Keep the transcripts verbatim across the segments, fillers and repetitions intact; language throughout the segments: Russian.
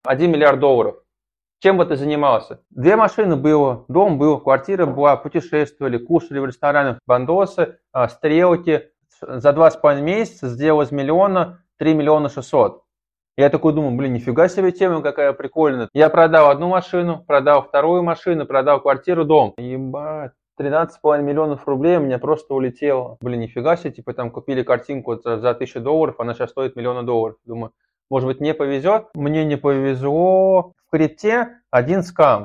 один миллиард долларов. Чем бы ты занимался? Две машины было, дом был, квартира была, путешествовали, кушали в ресторанах, бандосы, а, стрелки. За два с половиной месяца сделал из миллиона три миллиона шестьсот. Я такой думаю, блин, нифига себе тема какая прикольная. Я продал одну машину, продал вторую машину, продал квартиру, дом. Ебать. тринадцать с половиной миллионов рублей у меня просто улетело. Блин, нифига себе, типа там купили картинку за, за тысячу долларов, она сейчас стоит миллиона долларов. Думаю, может быть, мне повезет? Мне не повезло. В крипте один скам.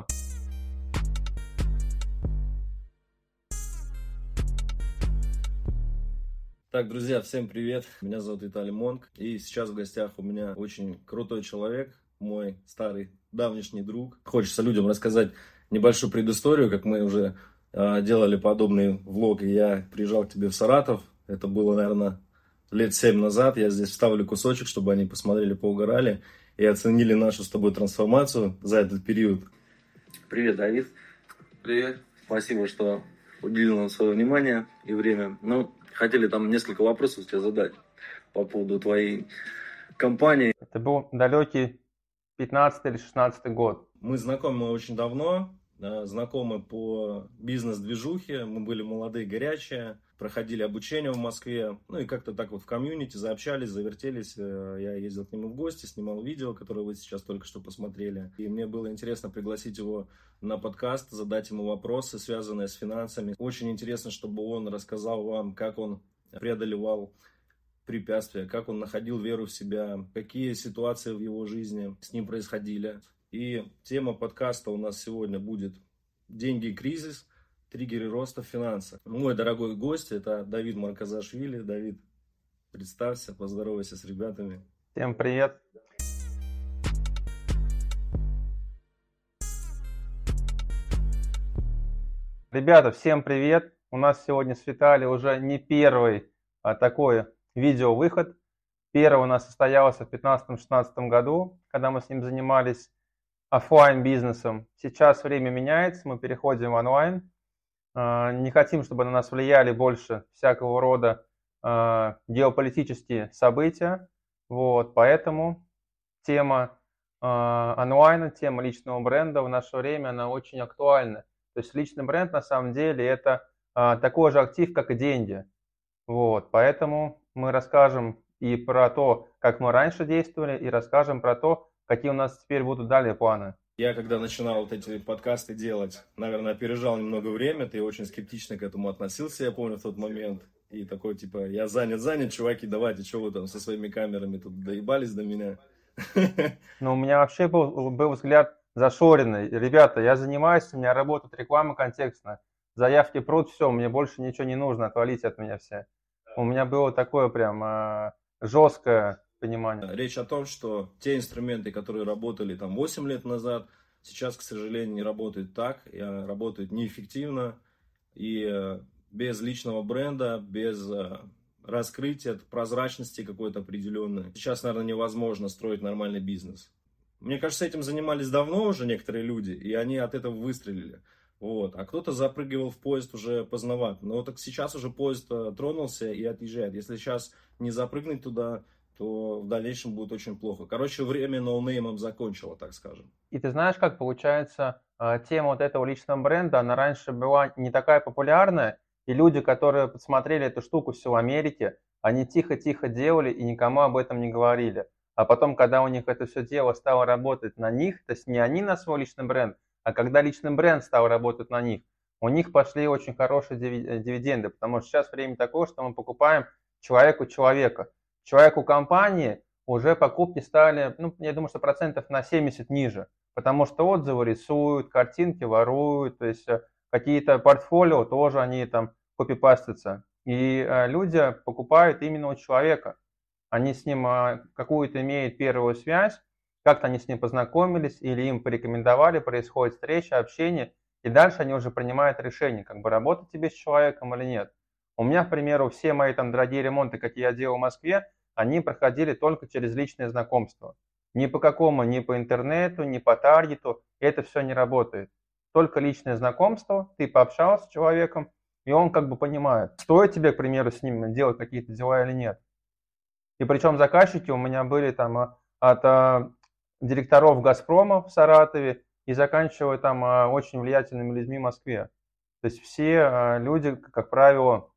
Так, друзья, всем привет. Меня зовут Виталий Монк. И сейчас в гостях у меня очень крутой человек, мой старый давнишний друг. Хочется людям рассказать небольшую предысторию, как мы уже э, делали подобный влог, и я приезжал к тебе в Саратов. Это было, наверное, лет семь назад. Я здесь вставлю кусочек, чтобы они посмотрели, поугорали и оценили нашу с тобой трансформацию за этот период. Привет, Давид. Привет. Спасибо, что уделил нам свое внимание и время. Ну, хотели там несколько вопросов тебе задать по поводу твоей компании. Это был далекий пятнадцатый или шестнадцатый год. Мы знакомы очень давно, знакомы по бизнес-движухе. Мы были молодые, горячие, проходили обучение в Москве. Ну и как-то так вот в комьюнити заобщались, завертелись. Я ездил к нему в гости, снимал видео, которое вы сейчас только что посмотрели. И мне было интересно пригласить его на подкаст, задать ему вопросы, связанные с финансами. Очень интересно, чтобы он рассказал вам, как он преодолевал препятствия, как он находил веру в себя, какие ситуации в его жизни с ним происходили. И тема подкаста у нас сегодня будет «Деньги и кризис. Триггеры роста в финансах». Мой дорогой гость – это Давид Марказашвили. Давид, представься, поздоровайся с ребятами. Всем привет. Ребята, всем привет. У нас сегодня с Виталий уже не первый а такой видеовыход. Первый у нас состоялся в пятнадцатом-шестнадцатом году, когда мы с ним занимались офлайн бизнесом. Сейчас время меняется, мы переходим в онлайн. Не хотим, чтобы на нас влияли больше всякого рода геополитические события. Вот, поэтому тема онлайна, тема личного бренда в наше время, она очень актуальна. То есть личный бренд на самом деле это такой же актив, как и деньги. Вот, поэтому мы расскажем и про то, как мы раньше действовали, и расскажем про то, какие у нас теперь будут далее планы. Я когда начинал вот эти подкасты делать, наверное, опережал немного время, ты очень скептично к этому относился, я помню, в тот момент. И такой, типа, я занят, занят, чуваки, давайте, что вы там со своими камерами тут доебались до меня? Ну, у меня вообще был, был взгляд зашоренный. Ребята, я занимаюсь, у меня работает реклама контекстная. Заявки пруд, все, мне больше ничего не нужно, отвалите от меня все. У меня было такое прям э, жесткое понимание. Речь о том, что те инструменты, которые работали там восемь лет назад, сейчас, к сожалению, не работают так, работают неэффективно и без личного бренда, без раскрытия, прозрачности какой-то определенной. Сейчас, наверное, невозможно строить нормальный бизнес. Мне кажется, этим занимались давно уже некоторые люди, и они от этого выстрелили. Вот. А кто-то запрыгивал в поезд уже поздновато. Но вот так сейчас уже поезд тронулся и отъезжает. Если сейчас не запрыгнуть туда, то в дальнейшем будет очень плохо. Короче, время ноунеймом закончило, так скажем. И ты знаешь, как получается, тема вот этого личного бренда, она раньше была не такая популярная, и люди, которые посмотрели эту штуку все в Америке, они тихо-тихо делали и никому об этом не говорили. А потом, когда у них это все дело стало работать на них, то есть не они на свой личный бренд, а когда личный бренд стал работать на них, у них пошли очень хорошие дивиденды, потому что сейчас время такое, что мы покупаем человеку человека. Человеку компании уже покупки стали, ну, я думаю, что процентов на семьдесят ниже, потому что отзывы рисуют, картинки воруют, то есть какие-то портфолио тоже они там копипастятся. И э, люди покупают именно у человека. Они с ним э, какую-то имеют первую связь, как-то они с ним познакомились или им порекомендовали, происходит встреча, общение, и дальше они уже принимают решение, как бы работать тебе с человеком или нет. У меня, к примеру, все мои там дорогие ремонты, какие я делал в Москве, они проходили только через личное знакомство. Ни по какому, ни по интернету, ни по таргету, это все не работает. Только личное знакомство, ты пообщался с человеком, и он как бы понимает, стоит тебе, к примеру, с ним делать какие-то дела или нет. И причем заказчики у меня были там от директоров «Газпрома» в Саратове и заканчивая там а, очень влиятельными людьми в Москве. То есть все а, люди, как правило,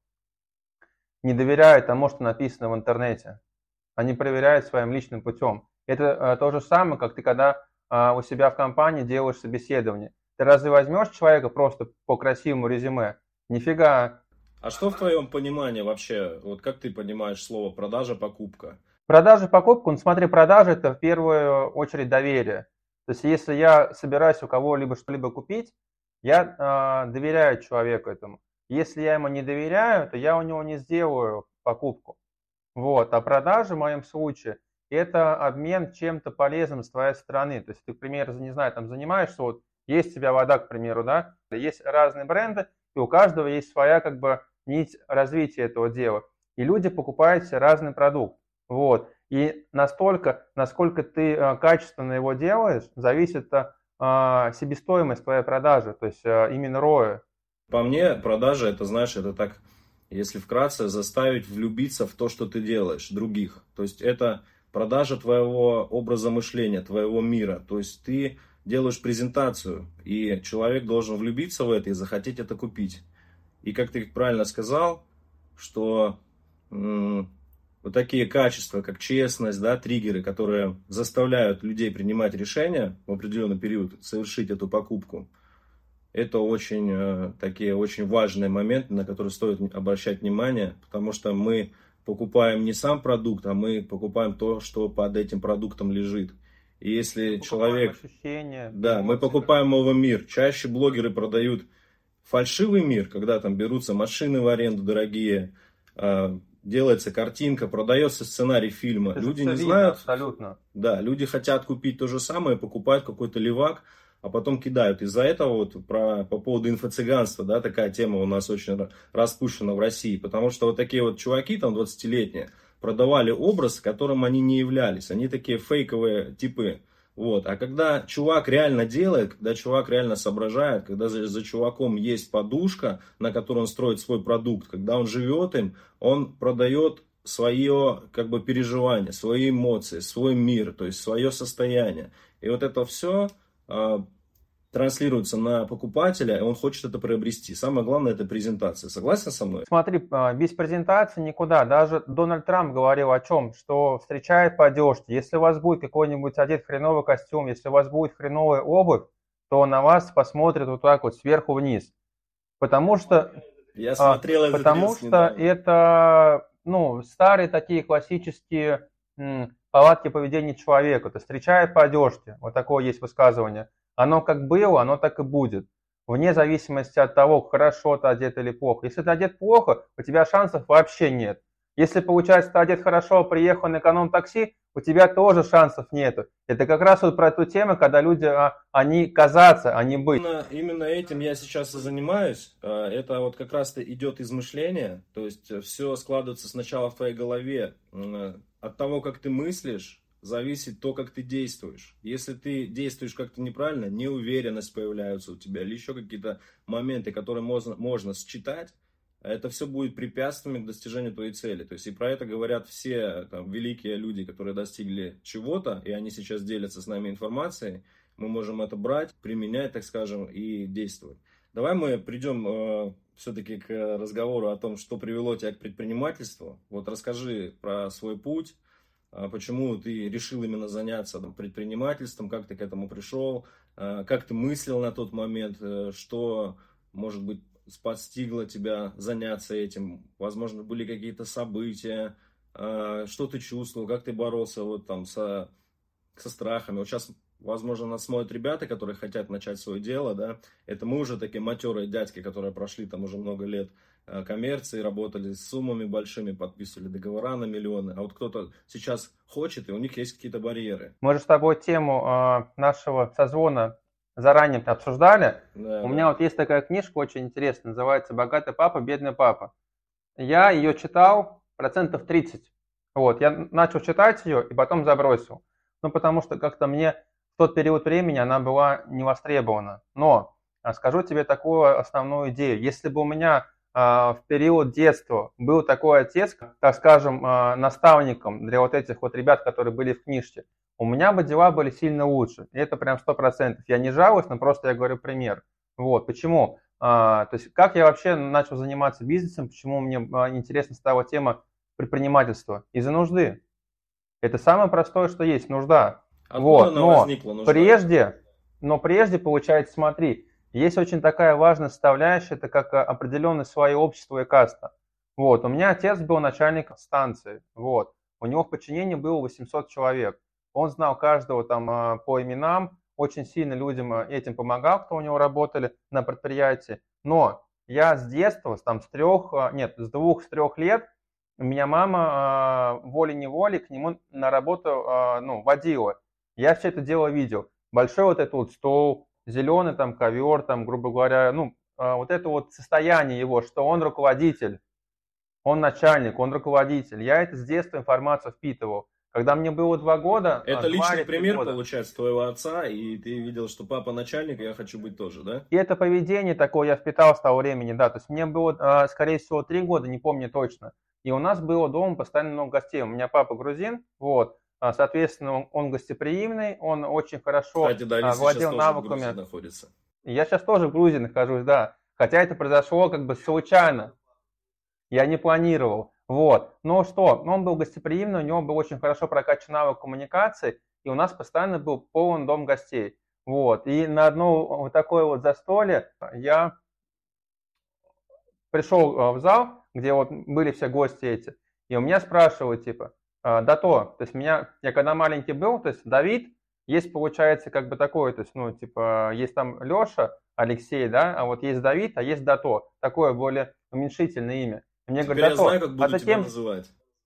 не доверяют тому, что написано в интернете. Они проверяют своим личным путем. Это а, то же самое, как ты когда а, у себя в компании делаешь собеседование. Ты разве возьмешь человека просто по красивому резюме? Нифига. А что в твоем понимании вообще, вот как ты понимаешь слово продажа, покупка? Продажа, покупка, ну смотри, продажа это в первую очередь доверие. То есть если я собираюсь у кого-либо что-либо купить, я а, доверяю человеку этому. Если я ему не доверяю, то я у него не сделаю покупку. Вот. А продажа в моем случае это обмен чем-то полезным с твоей стороны. То есть ты, к примеру, не знаю, там занимаешься, вот есть у тебя вода, к примеру, да, есть разные бренды, и у каждого есть своя как бы нить развития этого дела. И люди покупают себе разный продукт. Вот. И настолько, насколько ты э, качественно его делаешь, зависит от э, себестоимость твоей продажи, то есть э, именно роя. По мне, продажа, это, знаешь, это так, если вкратце, заставить влюбиться в то, что ты делаешь, других. То есть это продажа твоего образа мышления, твоего мира. То есть ты делаешь презентацию, и человек должен влюбиться в это и захотеть это купить. И как ты правильно сказал, что м, вот такие качества, как честность, да, триггеры, которые заставляют людей принимать решения в определенный период, совершить эту покупку, это очень э, такие очень важные моменты, на которые стоит обращать внимание, потому что мы покупаем не сам продукт, а мы покупаем то, что под этим продуктом лежит. И если Покупаем человек... ощущения, Да, мы эмоции. покупаем его мир. Чаще блогеры продают фальшивый мир, когда там берутся машины в аренду дорогие, э, делается картинка, продается сценарий фильма. Это Люди же не видно, знают... абсолютно. Да, люди хотят купить то же самое, покупают какой-то левак, а потом кидают. Из-за этого вот про, по поводу инфо-цыганства, да, такая тема у нас очень распущена в России. Потому что вот такие вот чуваки, там двадцатилетние, продавали образ, которым они не являлись. Они такие фейковые типы. Вот. А когда чувак реально делает, когда чувак реально соображает, когда за, за чуваком есть подушка, на которой он строит свой продукт, когда он живет им, он продает свое как бы переживание, свои эмоции, свой мир, то есть свое состояние. И вот это все э, транслируется на покупателя, и он хочет это приобрести. Самое главное это презентация. Согласен со мной? Смотри, без презентации никуда. Даже Дональд Трамп говорил о чем, что встречает по одежке. Если у вас будет какой-нибудь одет хреновый костюм, если у вас будет хреновая обувь, то на вас посмотрят вот так вот сверху вниз. Потому что, Я смотрел этот потому рилс что недавно. это ну, старые такие классические м, повадки поведения человека. То есть встречает по одежке. Вот такое есть высказывание. Оно как было, оно так и будет. Вне зависимости от того, хорошо ты одет или плохо. Если ты одет плохо, у тебя шансов вообще нет. Если, получается, ты одет хорошо, приехал на эконом-такси, у тебя тоже шансов нету. Это как раз вот про ту тему, когда люди, они казаться, а не быть. Именно, именно этим я сейчас и занимаюсь. Это вот как раз-то идет из мышления. То есть все складывается сначала в твоей голове. От того, как ты мыслишь, зависит то, как ты действуешь. Если ты действуешь как-то неправильно, неуверенность появляется у тебя, или еще какие-то моменты, которые можно, можно считать, это все будет препятствием к достижению твоей цели. То есть и про это говорят все там, великие люди, которые достигли чего-то, и они сейчас делятся с нами информацией. Мы можем это брать, применять, так скажем, и действовать. Давай мы придем э, все-таки к разговору о том, что привело тебя к предпринимательству. Вот расскажи про свой путь. Почему ты решил именно заняться там, предпринимательством, как ты к этому пришел, как ты мыслил на тот момент, что, может быть, подстигло тебя заняться этим, возможно, были какие-то события, что ты чувствовал, как ты боролся вот, там, со, со страхами. Вот сейчас, возможно, нас смотрят ребята, которые хотят начать свое дело, да, это мы уже такие матерые дядьки, которые прошли там уже много лет коммерции, работали с суммами большими, подписывали договора на миллионы. А вот кто-то сейчас хочет, и у них есть какие-то барьеры. Мы же с тобой тему э, нашего созвона заранее обсуждали. Да, У да. меня вот есть такая книжка очень интересная, называется «Богатый папа, бедный папа». Я ее читал процентов тридцать. Вот, я начал читать ее и потом забросил. Ну, потому что как-то мне в тот период времени она была не востребована. Но скажу тебе такую основную идею. Если бы у меня в период детства был такой отец, так скажем, наставником для вот этих вот ребят, которые были в книжке, у меня бы дела были сильно лучше. И это прям сто процентов. Я не жалуюсь, но просто я говорю пример. Вот, почему? А, то есть, как я вообще начал заниматься бизнесом, почему мне а, интересна стала тема предпринимательства? Из-за нужды. Это самое простое, что есть, нужда. Откуда Вот, она но возникла, нужда? прежде, но прежде, получается, смотри, есть очень такая важная составляющая, это как а, определенное свое общество и каста. Вот, у меня отец был начальник станции, вот, у него в подчинении было восемьсот человек. Он знал каждого там а, по именам, очень сильно людям а, этим помогал, кто у него работали на предприятии. Но я с детства, там, с трех, а, нет, с двух, с трех лет, меня мама э, волей-неволей к нему на работу э, ну, водила. Я все это дело видел. Большой вот этот вот стол, зеленый там ковер, там, грубо говоря, ну, э, вот это вот состояние его, что он руководитель, он начальник, он руководитель. Я это с детства информацию впитывал. Когда мне было два года, Это два личный или три пример, года. получается, твоего отца, и ты видел, что папа начальник, и я хочу быть тоже, да? И это поведение такое я впитал с того времени, да. То есть мне было, а, скорее всего, три года, не помню точно. И у нас было дома постоянно много гостей. У меня папа грузин, вот. А, Соответственно, он, он гостеприимный, он очень хорошо Кстати, да, а, Алиса сейчас владел тоже в Грузии навыками. находится. И я сейчас тоже в Грузии нахожусь, да. Хотя это произошло как бы случайно. Я не планировал. Вот. Но что? Он был гостеприимный, у него был очень хорошо прокачан навык коммуникации, и у нас постоянно был полон дом гостей. Вот. И на одно вот такое вот застолье я пришел а, в зал, где вот были все гости эти, и у меня спрашивают, типа, а, да то, то есть меня, я когда маленький был, то есть Давид, есть, получается, как бы такое, то есть, ну, типа, есть там Леша, Алексей, да, а вот есть Давид, а есть Дато, такое более уменьшительное имя. И мне Теперь говорят, я знаю, Дато, как а буду ты тебя кем, называть.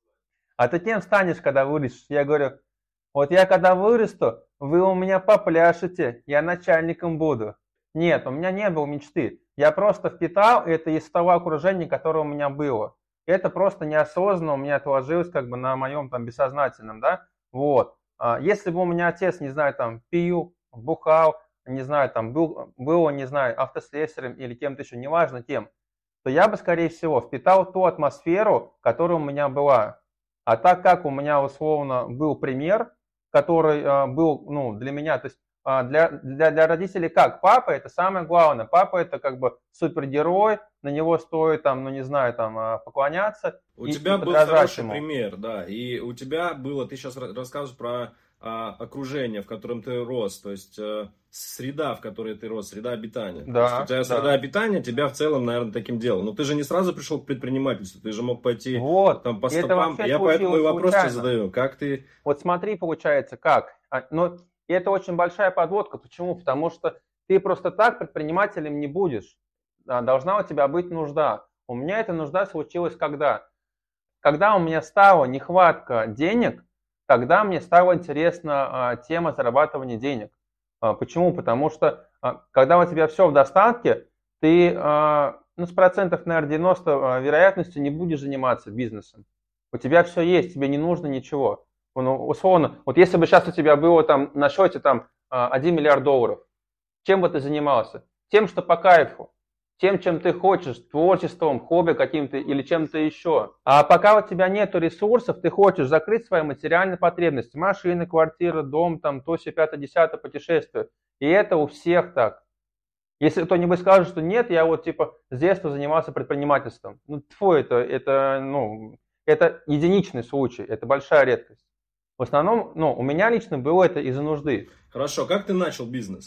а ты кем станешь, когда вырастешь? Я говорю, вот я когда вырасту, вы у меня попляшете, я начальником буду. Нет, у меня не было мечты. Я просто впитал это из того окружения, которое у меня было. Это просто неосознанно у меня отложилось как бы на моем там бессознательном, да. Вот. А Если бы у меня отец, не знаю, там пил, бухал, не знаю, там был, был, не знаю, автослесарем или кем-то еще, неважно кем, то я бы, скорее всего, впитал ту атмосферу, которая у меня была. А так как у меня условно был пример, который а, был, ну, для меня, то есть а, для, для, для родителей как? Папа это самое главное. Папа это как бы супергерой, на него стоит там, ну не знаю, там а, поклоняться У и, и тебя был подражать хороший ему. пример, да, и у тебя было, ты сейчас рассказываешь про а, окружение, в котором ты рос, то есть а, среда, в которой ты рос, среда обитания. То есть у Да, тебя среда да. обитания тебя в целом, наверное, таким делал. Но ты же не сразу пришел к предпринимательству, ты же мог пойти Вот. там по И это стопам. вообще Я поэтому и случилось вопрос тебе случайно. задаю, как ты... Вот смотри, получается, как. А, Но и это очень большая подводка. Почему? Потому что ты просто так предпринимателем не будешь. А, Должна у тебя быть нужда. У меня эта нужда случилась когда? Когда у меня стала нехватка денег, тогда мне стала интересна а, тема зарабатывания денег. А, Почему? Потому что а, когда у тебя все в достатке, ты а, ну, с процентов, наверное, девяносто а, вероятностью не будешь заниматься бизнесом. У тебя все есть, тебе не нужно ничего. Ну, условно, вот если бы сейчас у тебя было там на счете там а, один миллиард долларов, чем бы ты занимался? Тем, что по кайфу. Тем, чем ты хочешь, творчеством, хобби каким-то или чем-то еще. А пока у тебя нет ресурсов, ты хочешь закрыть свои материальные потребности. Машина, квартира, дом, там, то, все, пятое, десятое, путешествие. И это у всех так. Если кто-нибудь скажет, что нет, я вот типа с детства занимался предпринимательством. Ну, тьфу, это, это, ну, это единичный случай, это большая редкость. В основном, ну, у меня лично было это из-за нужды. Хорошо, как ты начал бизнес?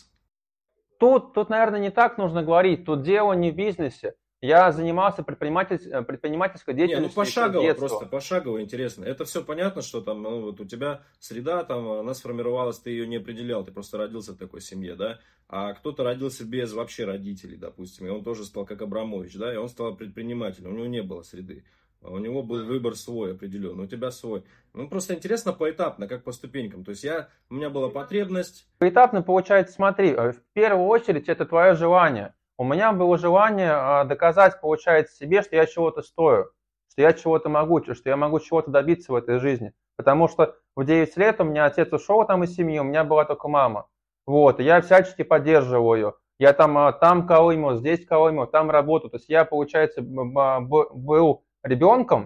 Тут, тут, наверное, не так нужно говорить. Тут дело не в бизнесе. Я занимался предприниматель, предпринимательской Не, ну деятельностью еще с пошагово, детства. просто пошагово интересно. Это все понятно, что там, ну, вот у тебя среда, там, она сформировалась, ты ее не определял, ты просто родился в такой семье, да? А кто-то родился без вообще родителей, допустим, и он тоже стал как Абрамович, да, и он стал предпринимателем, у него не было среды. А у него был выбор свой определенный, у тебя свой. Ну, просто интересно поэтапно, как по ступенькам. То есть я, у меня была потребность. Поэтапно получается, смотри, э, в первую очередь это твое желание. У меня было желание а, доказать, получается, себе, что я чего-то стою, что я чего-то могу, что я могу чего-то добиться в этой жизни. Потому что в девять лет у меня отец ушел там из семьи, у меня была только мама. Вот, и я всячески поддерживал ее. Я там, а, там колымел, здесь колымел, там работаю. То есть я, получается, б- б- был ребенком,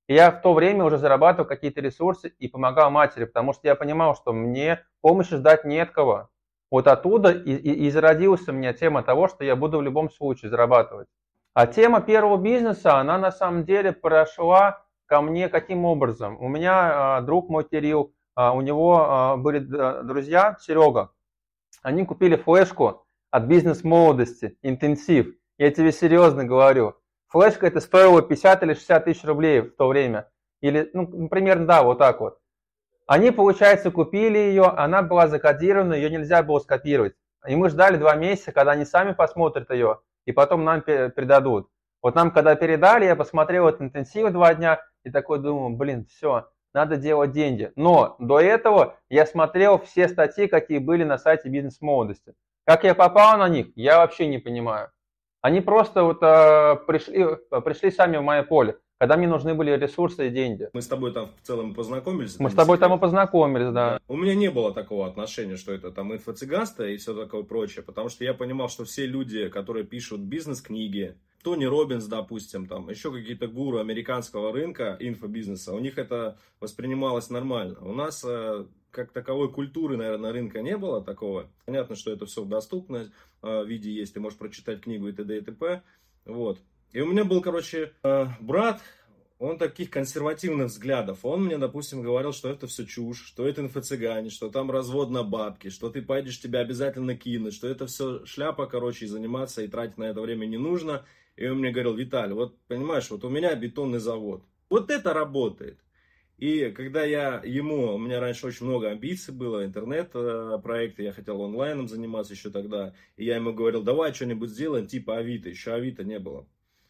И я в то время уже зарабатывал какие-то ресурсы и помогал матери, потому что я понимал, что мне помощи ждать не от кого. Вот оттуда и, и, и зародилась у меня тема того, что я буду в любом случае зарабатывать. А тема первого бизнеса, она на самом деле прошла ко мне каким образом? У меня а, друг мой Кирилл, а, у него а, были друзья, Серега, они купили флешку от бизнес-молодости, интенсив. Я тебе серьезно говорю. Флешка это стоила пятьдесят или шестьдесят тысяч рублей в то время. Или, ну, примерно, да, вот так вот. Они, получается, купили ее, она была закодирована, ее нельзя было скопировать. И мы ждали два месяца, когда они сами посмотрят ее, и потом нам передадут. Вот нам, когда передали, я посмотрел этот интенсив два дня, и такой думаю, блин, все, надо делать деньги. Но до этого я смотрел все статьи, какие были на сайте бизнес-молодости. Как я попал на них, я вообще не понимаю. Они просто вот э, пришли, пришли сами в мое поле, когда мне нужны были ресурсы и деньги. Мы с тобой там в целом познакомились. Мы с тобой там и познакомились, да. да. У меня не было такого отношения, что это там инфо-цыганство и все такое прочее, потому что я понимал, что все люди, которые пишут бизнес-книги, Тони Роббинс, допустим, там еще какие-то гуру американского рынка инфобизнеса, у них это воспринималось нормально. У нас э, как таковой культуры, наверное, рынка не было такого. Понятно, что это все в доступном э, виде есть, ты можешь прочитать книгу и т.д. и т.п. Вот. И у меня был, короче, э, брат, он таких консервативных взглядов. Он мне, допустим, говорил, что это все чушь, что это инфо-цыгане, что там развод на бабки, что ты пойдешь, тебя обязательно кинут, что это все шляпа, короче, и заниматься и тратить на это время не нужно. И он мне говорил, Виталий, вот понимаешь, вот у меня бетонный завод. Вот это работает. И когда я ему, у меня раньше очень много амбиций было, интернет-проекты, я хотел онлайном заниматься еще тогда. И я ему говорил, давай что-нибудь сделаем, типа Авито, еще Авито не было.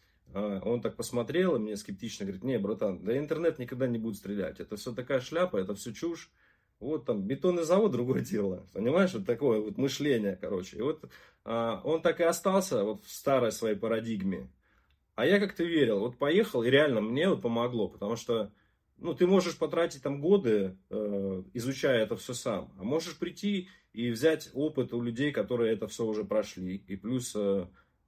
Он так посмотрел и мне скептично говорит, не, братан, да интернет никогда не будет стрелять. Это все такая шляпа, это все чушь. Вот там бетонный завод, другое дело. Понимаешь, вот такое вот мышление, короче. И вот а, он так и остался вот в старой своей парадигме. А я как-то верил. Вот поехал, и реально мне вот помогло. Потому что, ну, ты можешь потратить там годы, э, изучая это все сам. А можешь прийти и взять опыт у людей, которые это все уже прошли. И плюс э,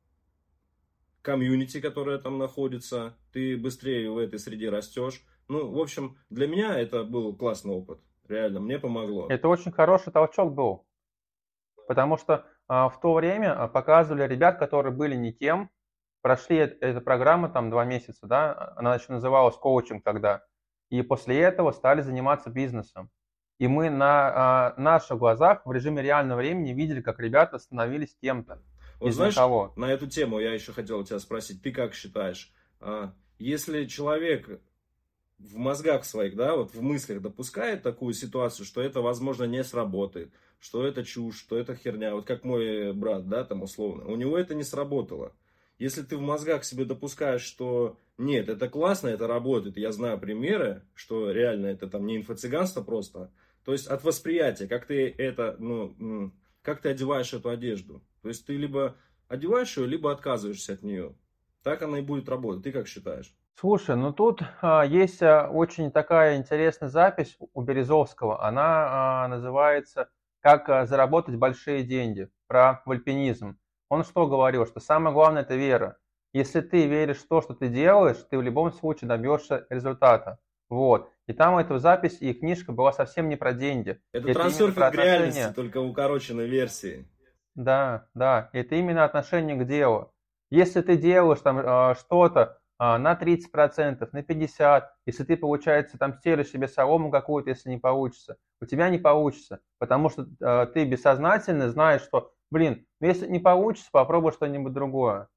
комьюнити, которое там находится. Ты быстрее в этой среде растешь. Ну, в общем, для меня это был классный опыт. Реально, мне помогло. Это очень хороший толчок был. Потому что а, в то время показывали ребят, которые были не тем, прошли эту программу там два месяца, да, она еще называлась коучинг тогда, и после этого стали заниматься бизнесом. И мы на а, наших глазах в режиме реального времени видели, как ребята становились кем-то. Вот знаешь, никого. На эту тему я еще хотел тебя спросить, ты как считаешь, если человек в мозгах своих, да, вот в мыслях допускает такую ситуацию, что это, возможно, не сработает, что это чушь, что это херня, вот как мой брат, да, там условно, у него это не сработало. Если ты в мозгах себе допускаешь, что нет, это классно, это работает, я знаю примеры, что реально это там не инфо-цыганство просто, то есть от восприятия, как ты это, ну, как ты одеваешь эту одежду. То есть ты либо одеваешь ее, либо отказываешься от нее. Так она и будет работать. Ты как считаешь? Слушай, ну тут а, есть а, очень такая интересная запись у Березовского. Она а, называется «Как а, заработать большие деньги», про альпинизм. Он что говорил? Что самое главное – это вера. Если ты веришь в то, что ты делаешь, ты в любом случае добьешься результата. Вот. И там эта запись и книжка была совсем не про деньги. Это, это трансфер к реальности, только в укороченной версии. Да, да. Это именно отношение к делу. Если ты делаешь там а, что-то, на тридцать процентов, на пятьдесят процентов, если ты, получается, там стелишь себе солому какую-то, если не получится, у тебя не получится, потому что э, ты бессознательно знаешь, что, блин, ну если не получится, попробуй что-нибудь другое.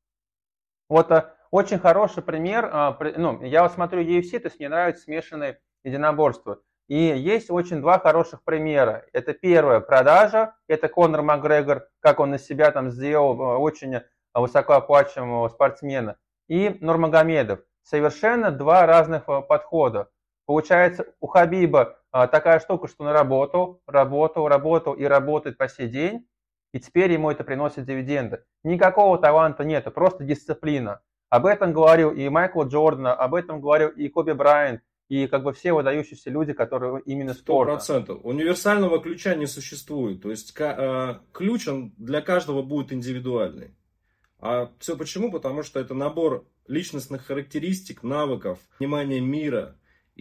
Вот э, очень хороший пример, э, при, ну, я вот смотрю ю эф си, то есть мне нравятся смешанные единоборства, и есть очень два хороших примера. Это первое, продажа, это Конор Макгрегор, как он из себя там сделал э, очень высокооплачиваемого спортсмена, и Нурмагомедов. Совершенно два разных подхода. Получается, у Хабиба такая штука, что он работал, работал, работал и работает по сей день, и теперь ему это приносит дивиденды. Никакого таланта нет, просто дисциплина. Об этом говорил и Майкл Джордан, об этом говорил и Коби Брайант, и как бы все выдающиеся люди, которые именно спорта. Сто процентов. Универсального ключа не существует. То есть ключ он для каждого будет индивидуальный. А все почему? Потому что это набор личностных характеристик, навыков, понимания мира.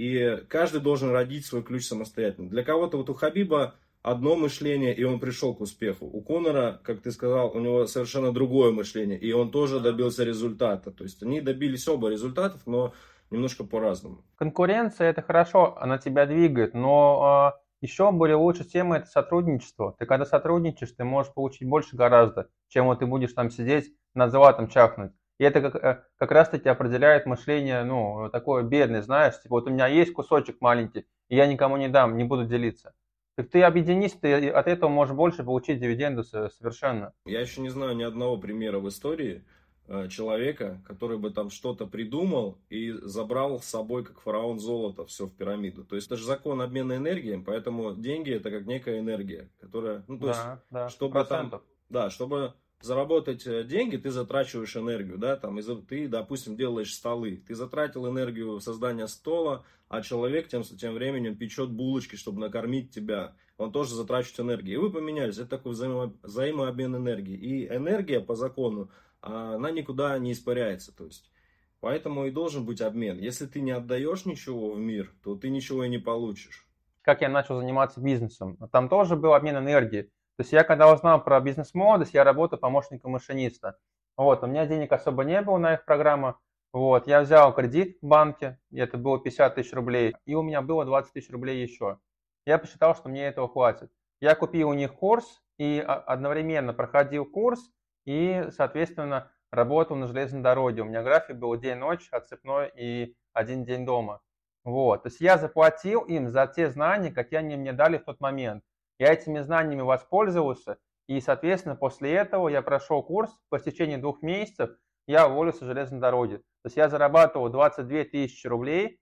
И каждый должен родить свой ключ самостоятельно. Для кого-то вот у Хабиба одно мышление, и он пришел к успеху. У Конора, как ты сказал, у него совершенно другое мышление, и он тоже добился результата. То есть они добились оба результатов, но немножко по-разному. Конкуренция – это хорошо, она тебя двигает, но э, еще более лучшая тема – это сотрудничество. Ты когда сотрудничаешь, ты можешь получить больше гораздо, чем вот ты будешь там сидеть, над златом чахнуть. И это как, э, как раз-таки определяет мышление, ну, такое бедное, знаешь, типа вот у меня есть кусочек маленький, и я никому не дам, не буду делиться. Так ты объединись, ты от этого можешь больше получить дивиденды совершенно. Я еще не знаю ни одного примера в истории э, человека, который бы там что-то придумал и забрал с собой, как фараон, золото все в пирамиду. То есть это же закон обмена энергией, поэтому деньги это как некая энергия, которая, ну то Да, есть, да, чтобы процентов. там, да, чтобы заработать деньги, ты затрачиваешь энергию, да, там, ты, допустим, делаешь столы, ты затратил энергию создания стола, а человек тем, тем временем печет булочки, чтобы накормить тебя, он тоже затрачивает энергию, и вы поменялись, это такой взаимо, взаимообмен энергии, и энергия по закону, она никуда не испаряется, то есть, поэтому и должен быть обмен, если ты не отдаешь ничего в мир, то ты ничего и не получишь. Как я начал заниматься бизнесом, там тоже был обмен энергией. То есть я когда узнал про бизнес-молодость, я работал помощником машиниста. Вот, у меня денег особо не было на их программу. Вот, я взял кредит в банке, и это было пятьдесят тысяч рублей, и у меня было двадцать тысяч рублей еще. Я посчитал, что мне этого хватит. Я купил у них курс и одновременно проходил курс и, соответственно, работал на железной дороге. У меня график был день-ночь, отцепной и один день дома. Вот, то есть я заплатил им за те знания, какие они мне дали в тот момент. Я этими знаниями воспользовался, и, соответственно, после этого я прошел курс, по истечении двух месяцев я уволился с железной дороги. То есть я зарабатывал двадцать две тысячи рублей,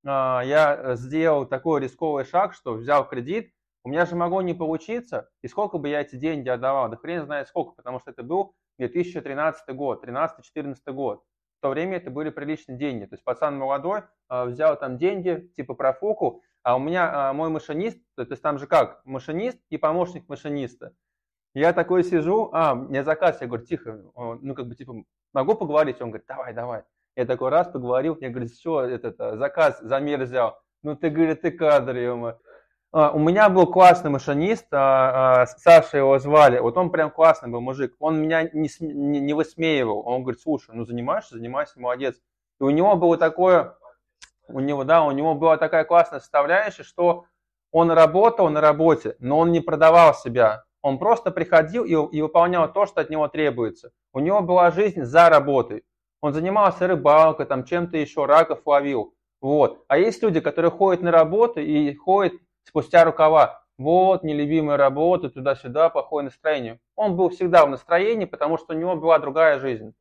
я сделал такой рисковый шаг, что взял кредит, у меня же могло не получиться, и сколько бы я эти деньги отдавал, да хрен знает сколько, потому что это был две тысячи тринадцатый год, тринадцатый-четырнадцатый год. В то время это были приличные деньги, то есть пацан молодой взял там деньги, типа профукал, а у меня а, мой машинист, то есть там же как, машинист и помощник машиниста. Я такой сижу, а, мне заказ, я говорю, тихо, ну как бы типа, могу поговорить? Он говорит, давай, давай. Я такой раз поговорил, я говорю, что этот заказ замер взял? Ну ты, говорит, ты кадр, ё-моё. А, у меня был классный машинист, а, а, Саша его звали, вот он прям классный был мужик, он меня не, не, не высмеивал, он говорит, слушай, ну занимаешься, занимайся, молодец. И у него было такое... У него, да, у него была такая классная составляющая, что он работал на работе, но он не продавал себя. Он просто приходил и, и выполнял то, что от него требуется. У него была жизнь за работой. Он занимался рыбалкой, там, чем-то еще, раков ловил. Вот. А есть люди, которые ходят на работу и ходят спустя рукава. Вот, нелюбимая работа, туда-сюда, плохое настроение. Он был всегда в настроении, потому что у него была другая жизнь.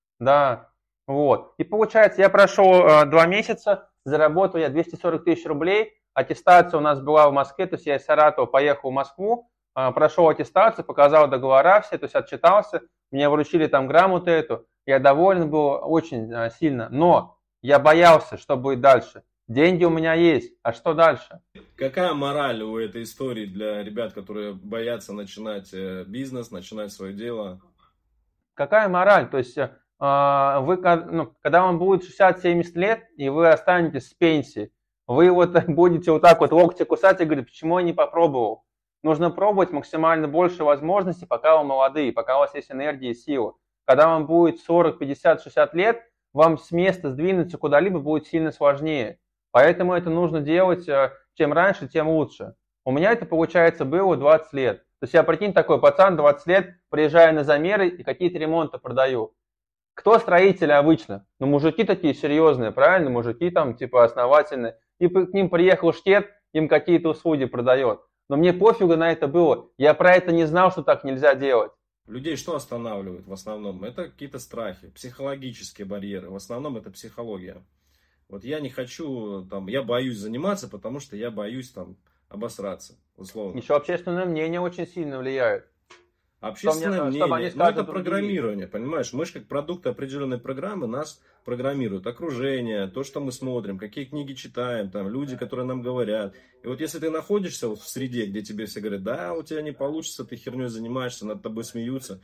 Да. Вот. И получается, я прошел э, два месяца, заработал я двести сорок тысяч рублей, аттестация у нас была в Москве, то есть я из Саратова поехал в Москву, э, прошел аттестацию, показал договора все, то есть отчитался, мне вручили там грамоту эту, я доволен был очень э, сильно, но я боялся, что будет дальше. Деньги у меня есть, а что дальше? Какая мораль у этой истории для ребят, которые боятся начинать бизнес, начинать свое дело? Какая мораль? То есть... Вы, ну, когда вам будет шестьдесят-семьдесят лет, и вы останетесь с пенсии, вы вот будете вот так вот локти кусать и говорить, почему я не попробовал? Нужно пробовать максимально больше возможностей, пока вы молодые, пока у вас есть энергия и сила. Когда вам будет сорок, пятьдесят, шестьдесят лет, вам с места сдвинуться куда-либо будет сильно сложнее. Поэтому это нужно делать, чем раньше, тем лучше. У меня это, получается, было двадцать лет. То есть я, прикинь, такой пацан, двадцать лет, приезжаю на замеры и какие-то ремонты продаю. Кто строители обычно? Ну, мужики такие серьезные, правильно? Мужики там, типа, основательные. И к ним приехал шкет, им какие-то услуги продает. Но мне пофигу на это было. Я про это не знал, что так нельзя делать. Людей что останавливает в основном? Это какие-то страхи, психологические барьеры. В основном это психология. Вот я не хочу, там, я боюсь заниматься, потому что я боюсь там обосраться, условно. Еще общественное мнение очень сильно влияет. Общественное мне, мнение, ну это программирование, понимаешь, мы же как продукт определенной программы, нас программируют, окружение, то, что мы смотрим, какие книги читаем, там, люди, которые нам говорят. И вот если ты находишься вот в среде, где тебе все говорят, да, у тебя не получится, ты херней занимаешься, над тобой смеются,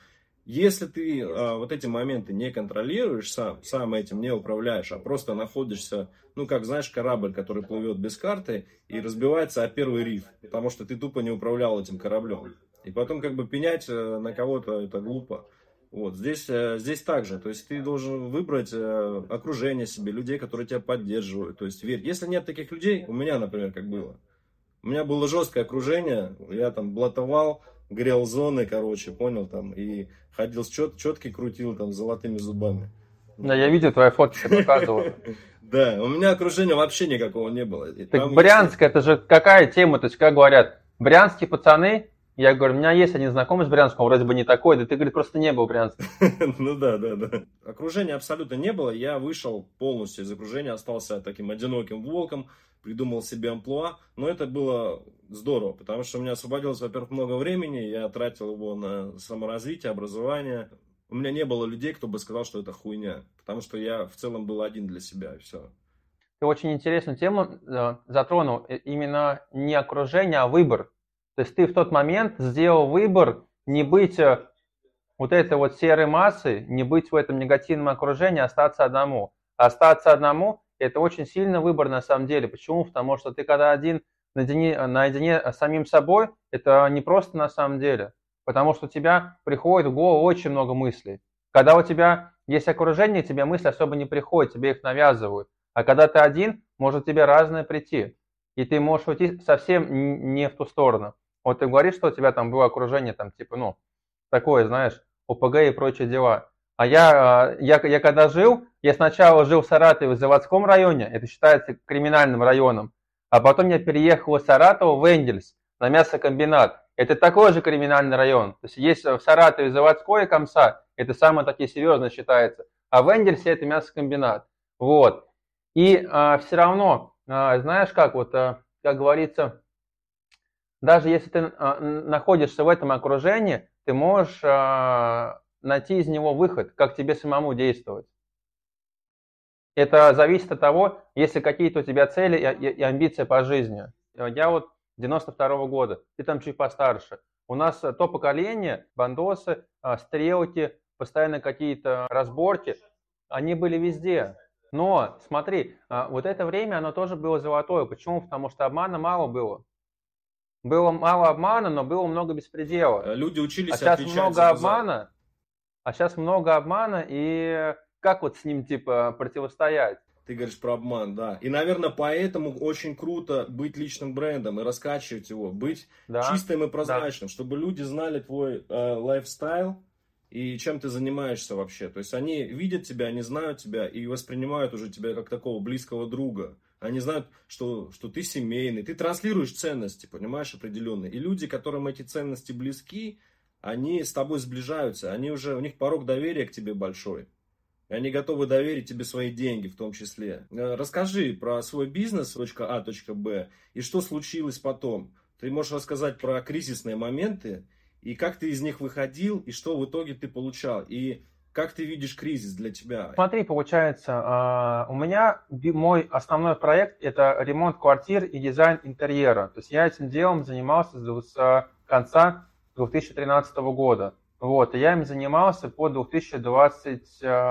Если ты а, вот эти моменты не контролируешь сам, сам этим не управляешь, а просто находишься, ну, как, знаешь, корабль, который плывет без карты и разбивается о первый риф, потому что ты тупо не управлял этим кораблем. И потом как бы пенять э, на кого-то это глупо. Вот, здесь, э, здесь так же, то есть ты должен выбрать э, окружение себе, людей, которые тебя поддерживают, то есть верь. Если нет таких людей, у меня, например, как было, у меня было жесткое окружение, я там блатовал, грел зоны, короче, понял, там, и ходил с чет, четки крутил там с золотыми зубами. Да, я видел твои фотки, ты показывал. Да, у меня окружения вообще никакого не было. Так Брянск, это же какая тема, то есть, как говорят, брянские пацаны, я говорю, у меня есть один знакомый с Брянском, вроде бы не такой, да ты, говорит, просто не был в Брянске. Ну да, да, да. Окружения абсолютно не было, я вышел полностью из окружения, остался таким одиноким волком, придумал себе амплуа, но это было здорово, потому что у меня освободилось, во-первых, много времени, я тратил его на саморазвитие, образование. У меня не было людей, кто бы сказал, что это хуйня, потому что я в целом был один для себя, и все. Ты очень интересную тему э, затронул, э, именно не окружение, а выбор. То есть ты в тот момент сделал выбор не быть э, вот этой вот серой массой, не быть в этом негативном окружении, а остаться одному. А остаться одному – это очень сильный выбор на самом деле. Почему? Потому что ты когда один наедине, наедине с самим собой, это не просто на самом деле. Потому что у тебя приходит в голову очень много мыслей. Когда у тебя есть окружение, тебе мысли особо не приходят, тебе их навязывают. А когда ты один, может тебе разное прийти. И ты можешь уйти совсем не в ту сторону. Вот ты говоришь, что у тебя там было окружение, там, типа, ну, такое, знаешь, ОПГ и прочие дела. А я, я, я когда жил, я сначала жил в Саратове в заводском районе, это считается криминальным районом, а потом я переехал из Саратова в Энгельс на мясокомбинат. Это такой же криминальный район. То есть есть в Саратове заводской комса, это самое такие серьезно считается, а в Энгельсе это мясокомбинат. Вот. И а, все равно, а, знаешь как, вот, а, как говорится, даже если ты а, находишься в этом окружении, ты можешь а, найти из него выход, как тебе самому действовать. Это зависит от того, если какие-то у тебя цели и, и, и амбиции по жизни. Я вот девяносто второго года, ты там чуть постарше. У нас то поколение, бандосы, а, стрелки, постоянно какие-то разборки, они были везде. Но смотри, а, вот это время, оно тоже было золотое. Почему? Потому что обмана мало было. Было мало обмана, но было много беспредела. Люди учились а сейчас отвечать много за обмана, а сейчас много обмана, и как вот с ним типа противостоять? Ты говоришь про обман, да. И, наверное, поэтому очень круто быть личным брендом и раскачивать его, быть Да, чистым и прозрачным, да. чтобы люди знали твой э, лайфстайл и чем ты занимаешься вообще. То есть они видят тебя, они знают тебя и воспринимают уже тебя как такого близкого друга. Они знают, что, что ты семейный, ты транслируешь ценности, понимаешь, определенные. И люди, которым эти ценности близки, они с тобой сближаются, они уже, у них порог доверия к тебе большой. И они готовы доверить тебе свои деньги в том числе. Расскажи про свой бизнес .а, .б и что случилось потом. Ты можешь рассказать про кризисные моменты и как ты из них выходил, и что в итоге ты получал. И как ты видишь кризис для тебя? Смотри, получается, у меня мой основной проект – это ремонт квартир и дизайн интерьера. То есть я этим делом занимался с конца две тысячи тринадцатого года. Вот, и я им занимался по две тысячи двадцать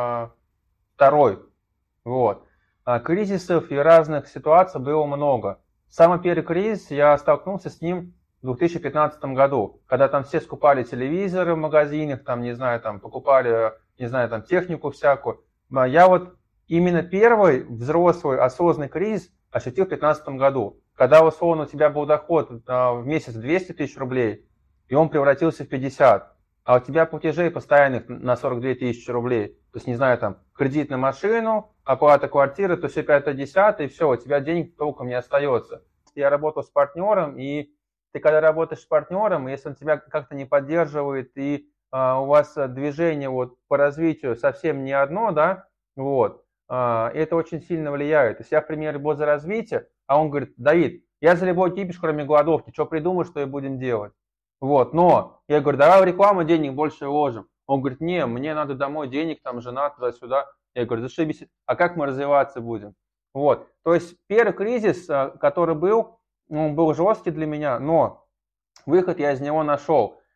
второй. Вот. Кризисов и разных ситуаций было много. Самый первый кризис, я столкнулся с ним в две тысячи пятнадцатом году, когда там все скупали телевизоры в магазинах, там, не знаю, там, покупали, не знаю, там, технику всякую. Я вот именно первый взрослый осознанный кризис ощутил в две тысячи пятнадцатом году, когда, условно, у тебя был доход в месяц двести тысяч рублей, и он превратился в пятьдесят. А у тебя платежей постоянных на сорок две тысячи рублей. То есть, не знаю, там, кредит на машину, оплата квартиры, то все пятое-десятое, и все, у тебя денег толком не остается. Я работал с партнером, и ты когда работаешь с партнером, если он тебя как-то не поддерживает, и а, у вас движение вот по развитию совсем не одно, да, вот, а, это очень сильно влияет. То есть я, в примере, был за развитие, а он говорит: Давид, я за любой кипиш, кроме голодовки, что придумаешь, что и будем делать. Вот, но я говорю: давай в рекламу денег больше вложим. Он говорит: не, мне надо домой денег, там жена туда-сюда. Я говорю: зашибись, а как мы развиваться будем? Вот, то есть первый кризис, который был, он был жесткий для меня, но выход я из него нашел.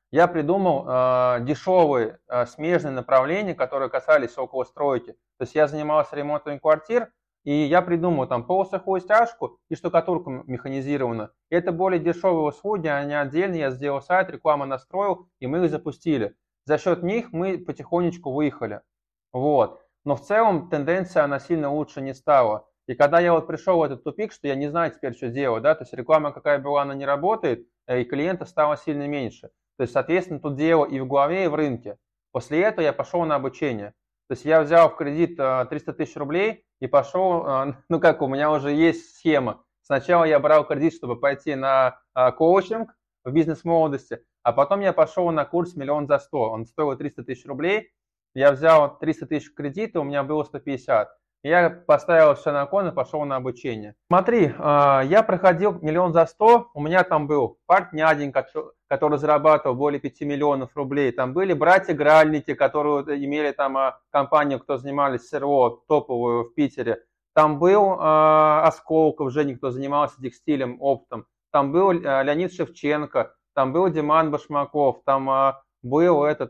я придумал э, дешевые э, смежные направления, которые касались около стройки. То есть я занимался ремонтом квартир, и я придумал там полусухую стяжку и штукатурку механизированную. И это более дешевые услуги, они отдельно. Я сделал сайт, рекламу настроил, и мы их запустили. За счет них мы потихонечку выехали. Вот. Но в целом тенденция, она сильно лучше не стала. И когда я вот пришел в этот тупик, что я не знаю теперь, что делать, да, то есть реклама какая была, она не работает, и клиентов стало сильно меньше. То есть, соответственно, тут дело и в голове, и в рынке. После этого я пошел на обучение. То есть я взял в кредит триста тысяч рублей и пошел, ну как, у меня уже есть схема. Сначала я брал кредит, чтобы пойти на коучинг в бизнес-молодости, а потом я пошел на курс «Миллион за сто». Он стоил триста тысяч рублей. Я взял триста тысяч кредита, у меня было сто пятьдесят. Я поставил все на кон и пошел на обучение. Смотри, я проходил «Миллион за сто», у меня там был партнерин, который зарабатывал более пяти миллионов рублей. Там были братья-гральники, которые имели там компанию, кто занимались СРО, топовую в Питере. Там был Осколков Женя, кто занимался текстилем, оптом. Там был Леонид Шевченко, там был Диман Башмаков, там был этот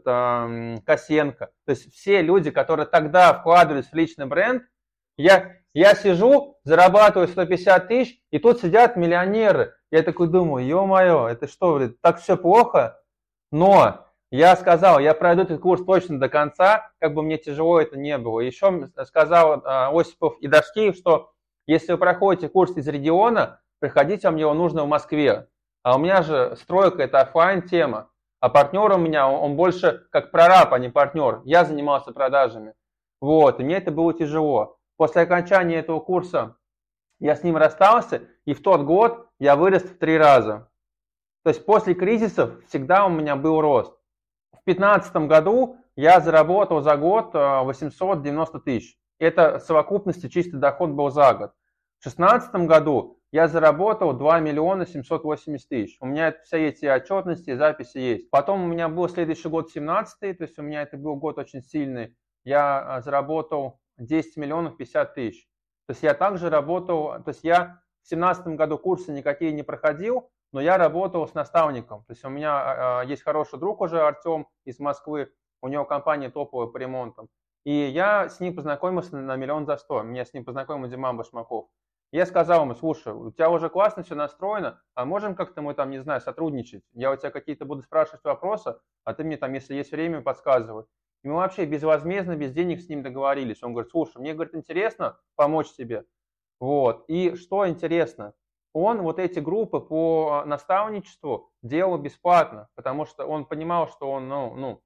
Косенко. То есть все люди, которые тогда вкладывались в личный бренд. Я, я сижу, зарабатываю сто пятьдесят тысяч, и тут сидят миллионеры. Я такой думаю, ё-моё, это что, блин, так все плохо? Но я сказал, я пройду этот курс точно до конца, как бы мне тяжело это не было. Еще сказал Осипов и Дашкиев, что если вы проходите курс из региона, приходите, вам его нужно в Москве. А у меня же стройка – это офлайн тема. А партнер у меня, он больше как прораб, а не партнер. Я занимался продажами. Вот, и мне это было тяжело. После окончания этого курса я с ним расстался, и в тот год я вырос в три раза. То есть после кризисов всегда у меня был рост. В две тысячи пятнадцатом году я заработал за год восемьсот девяносто тысяч. Это в совокупности чистый доход был за год. В две тысячи шестнадцатом году я заработал два миллиона семьсот восемьдесят тысяч. У меня все эти отчетности и записи есть. Потом у меня был следующий год семнадцатый, то есть у меня это был год очень сильный. Я заработал десять миллионов пятьдесят тысяч. То есть я также работал, то есть я в семнадцатом году курсы никакие не проходил, но я работал с наставником. То есть у меня есть хороший друг уже, Артем из Москвы, у него компания топовая по ремонтам. И я с ним познакомился на «Миллион за сто». Меня с ним познакомил Диман Башмаков. Я сказал ему, слушай, у тебя уже классно все настроено, а можем как-то мы там, не знаю, сотрудничать? Я у тебя какие-то буду спрашивать вопросы, а ты мне там, если есть время, подсказывай. И мы вообще безвозмездно, без денег с ним договорились. Он говорит, слушай, мне, говорит, интересно помочь тебе. Вот. И что интересно, он вот эти группы по наставничеству делал бесплатно, потому что он понимал, что он, ну, ну,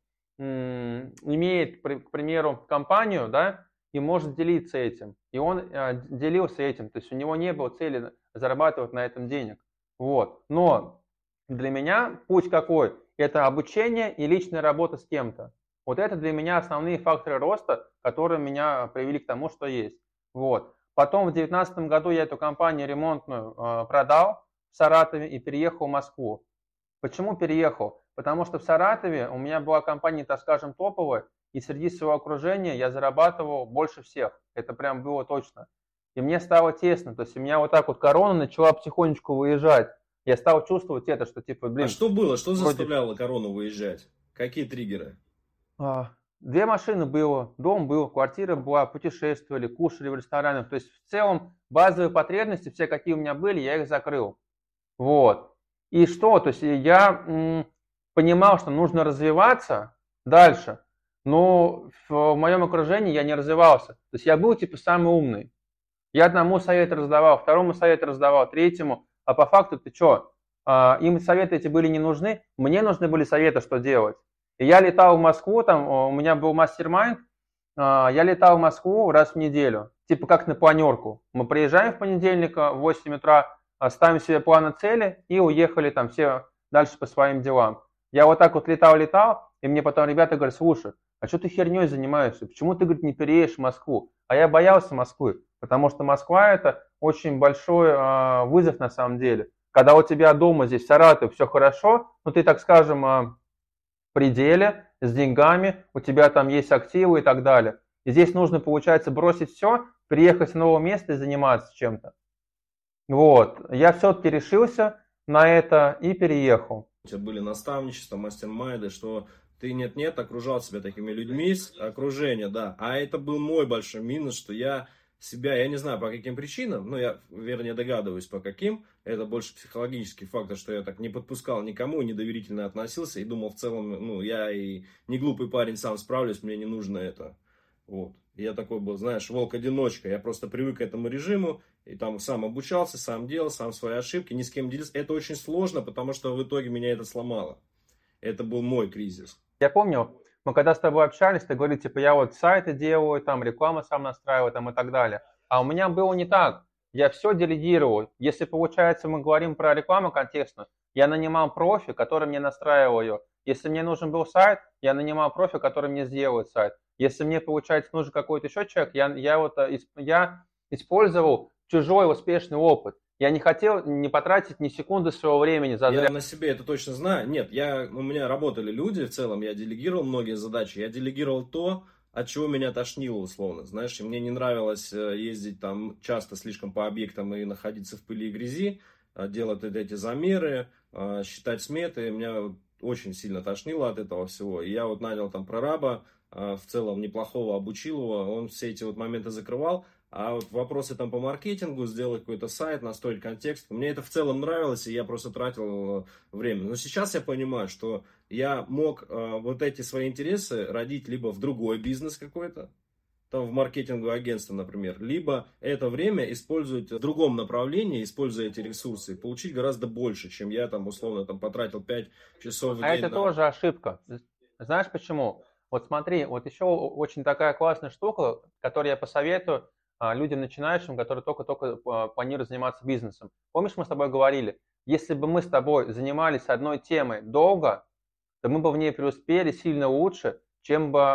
имеет, к примеру, компанию, да, и может делиться этим. И он делился этим. То есть у него не было цели зарабатывать на этом денег. Вот. Но для меня путь какой? Это обучение и личная работа с кем-то. Вот это для меня основные факторы роста, которые меня привели к тому, что есть. Вот. Потом в две тысячи девятнадцатом году я эту компанию ремонтную э, продал в Саратове и переехал в Москву. Почему переехал? Потому что в Саратове у меня была компания, так скажем, топовая, и среди своего окружения я зарабатывал больше всех. Это прям было точно. И мне стало тесно. То есть у меня вот так вот корона начала потихонечку выезжать. Я стал чувствовать это, что типа, блин... А что было? Что вроде... заставляло корону выезжать? Какие триггеры? Две машины было, дом был, квартира была, путешествовали, кушали в ресторанах. То есть в целом базовые потребности, все какие у меня были, я их закрыл. Вот. И что? То есть я м, понимал, что нужно развиваться дальше, но в моем окружении я не развивался. То есть я был типа самый умный. Я одному совет раздавал, второму совет раздавал, третьему. А по факту ты что? Им советы эти были не нужны, мне нужны были советы, что делать. И я летал в Москву, там у меня был мастер-майнд, я летал в Москву раз в неделю, типа как на планерку. Мы приезжаем в понедельник в восемь утра, ставим себе планы цели и уехали там все дальше по своим делам. Я вот так вот летал-летал, и мне потом ребята говорят, слушай, а что ты херней занимаешься? Почему ты, говорит, не переедешь в Москву? А я боялся Москвы, потому что Москва это очень большой вызов на самом деле. Когда у тебя дома здесь в Саратове все хорошо, ну ты, так скажем, пределе, с деньгами, у тебя там есть активы и так далее. И здесь нужно, получается, бросить все, приехать в новое место и заниматься чем-то. Вот. Я все-таки решился на это и переехал. у тебя были наставничества, мастер-майнды, что ты нет-нет окружал себя такими людьми, окружение, да. А это был мой большой минус, что я себя, я не знаю по каким причинам, но я, вернее, догадываюсь по каким. Это больше психологический фактор, что я так не подпускал никому, недоверительно относился и думал в целом, ну, я и не глупый парень, сам справлюсь, мне не нужно это. Вот. Я такой был, знаешь, волк-одиночка. Я просто привык к этому режиму. И там сам обучался, сам делал, сам свои ошибки, ни с кем делился. Это очень сложно, потому что в итоге меня это сломало. Это был мой кризис. Я помню, мы когда с тобой общались, ты говорил, типа, я вот сайты делаю, там рекламу сам настраиваю, там и так далее. А у меня было не так. Я все делегировал. Если, получается, мы говорим про рекламу контекстную, я нанимал профи, который мне настраивал ее. Если мне нужен был сайт, я нанимал профи, который мне сделает сайт. Если мне, получается, нужен какой-то еще человек, я, я, вот, я использовал чужой успешный опыт. Я не хотел не потратить ни секунды своего времени зазря. Я на себе это точно знаю. Нет, я, у меня работали люди в целом, я делегировал многие задачи. Я делегировал то, от чего меня тошнило условно. Знаешь, и мне не нравилось ездить там часто слишком по объектам и находиться в пыли и грязи, делать эти замеры, считать сметы. Меня очень сильно тошнило от этого всего. И я вот нанял там прораба, в целом неплохого, обучил его, он все эти вот моменты закрывал. А вот вопросы там по маркетингу, сделать какой-то сайт, настроить контекст, мне это в целом нравилось, и я просто тратил время. Но сейчас я понимаю, что я мог э, вот эти свои интересы родить либо в другой бизнес какой-то, там в маркетинговое агентство, например, либо это время использовать в другом направлении, используя эти ресурсы, и получить гораздо больше, чем я там условно там потратил пять часов в день. А это на... тоже ошибка. Знаешь почему? Вот смотри, вот еще очень такая классная штука, которую я посоветую людям начинающим, которые только-только планируют заниматься бизнесом. Помнишь, мы с тобой говорили, если бы мы с тобой занимались одной темой долго, то мы бы в ней преуспели сильно лучше, чем бы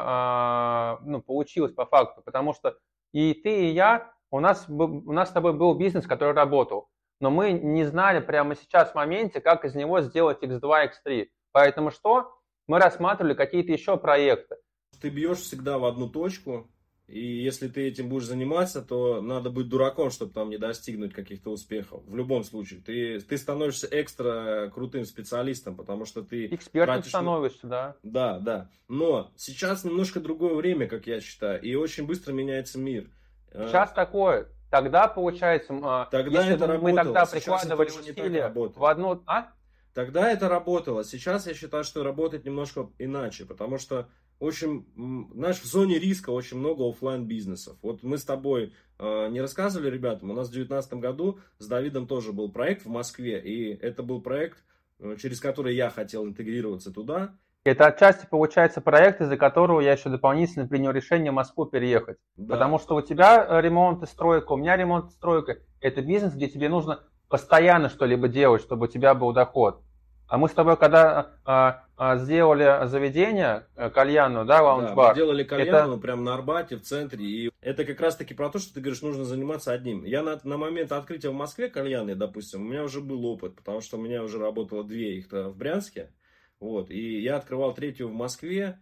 ну, получилось по факту. Потому что и ты, и я, у нас, у нас с тобой был бизнес, который работал, но мы не знали прямо сейчас в моменте, как из него сделать икс два, икс три. Поэтому что? Мы рассматривали какие-то еще проекты. Ты бьешь всегда в одну точку. И если ты этим будешь заниматься, то надо быть дураком, чтобы там не достигнуть каких-то успехов. В любом случае. Ты, ты становишься экстра крутым специалистом, потому что ты... Экспертом тратишь... становишься, да. Да, да. Но сейчас немножко другое время, как я считаю, и очень быстро меняется мир. Сейчас такое. Тогда, получается, тогда если это мы работало. тогда Сейчас прикладывали усилия в одну... А? Тогда это работало. Сейчас я считаю, что работает немножко иначе, потому что очень, знаешь, в зоне риска очень много офлайн бизнесов. Вот мы с тобой э, не рассказывали ребятам, у нас в две тысячи девятнадцатом году с Давидом тоже был проект в Москве, и это был проект, э, через который я хотел интегрироваться туда. Это отчасти получается проект, из-за которого я еще дополнительно принял решение в Москву переехать. Да. Потому что у тебя ремонт и стройка, у меня ремонт и стройка. Это бизнес, где тебе нужно постоянно что-либо делать, чтобы у тебя был доход. А мы с тобой, когда а, а, сделали заведение, кальянную, да, лаунж-бар. Да, мы делали кальянную это... прямо на Арбате, в центре. И это как раз таки про то, что ты говоришь, нужно заниматься одним. Я на, на момент открытия в Москве кальянной, допустим, у меня уже был опыт, потому что у меня уже работало две их-то в Брянске. Вот, и я открывал третью в Москве.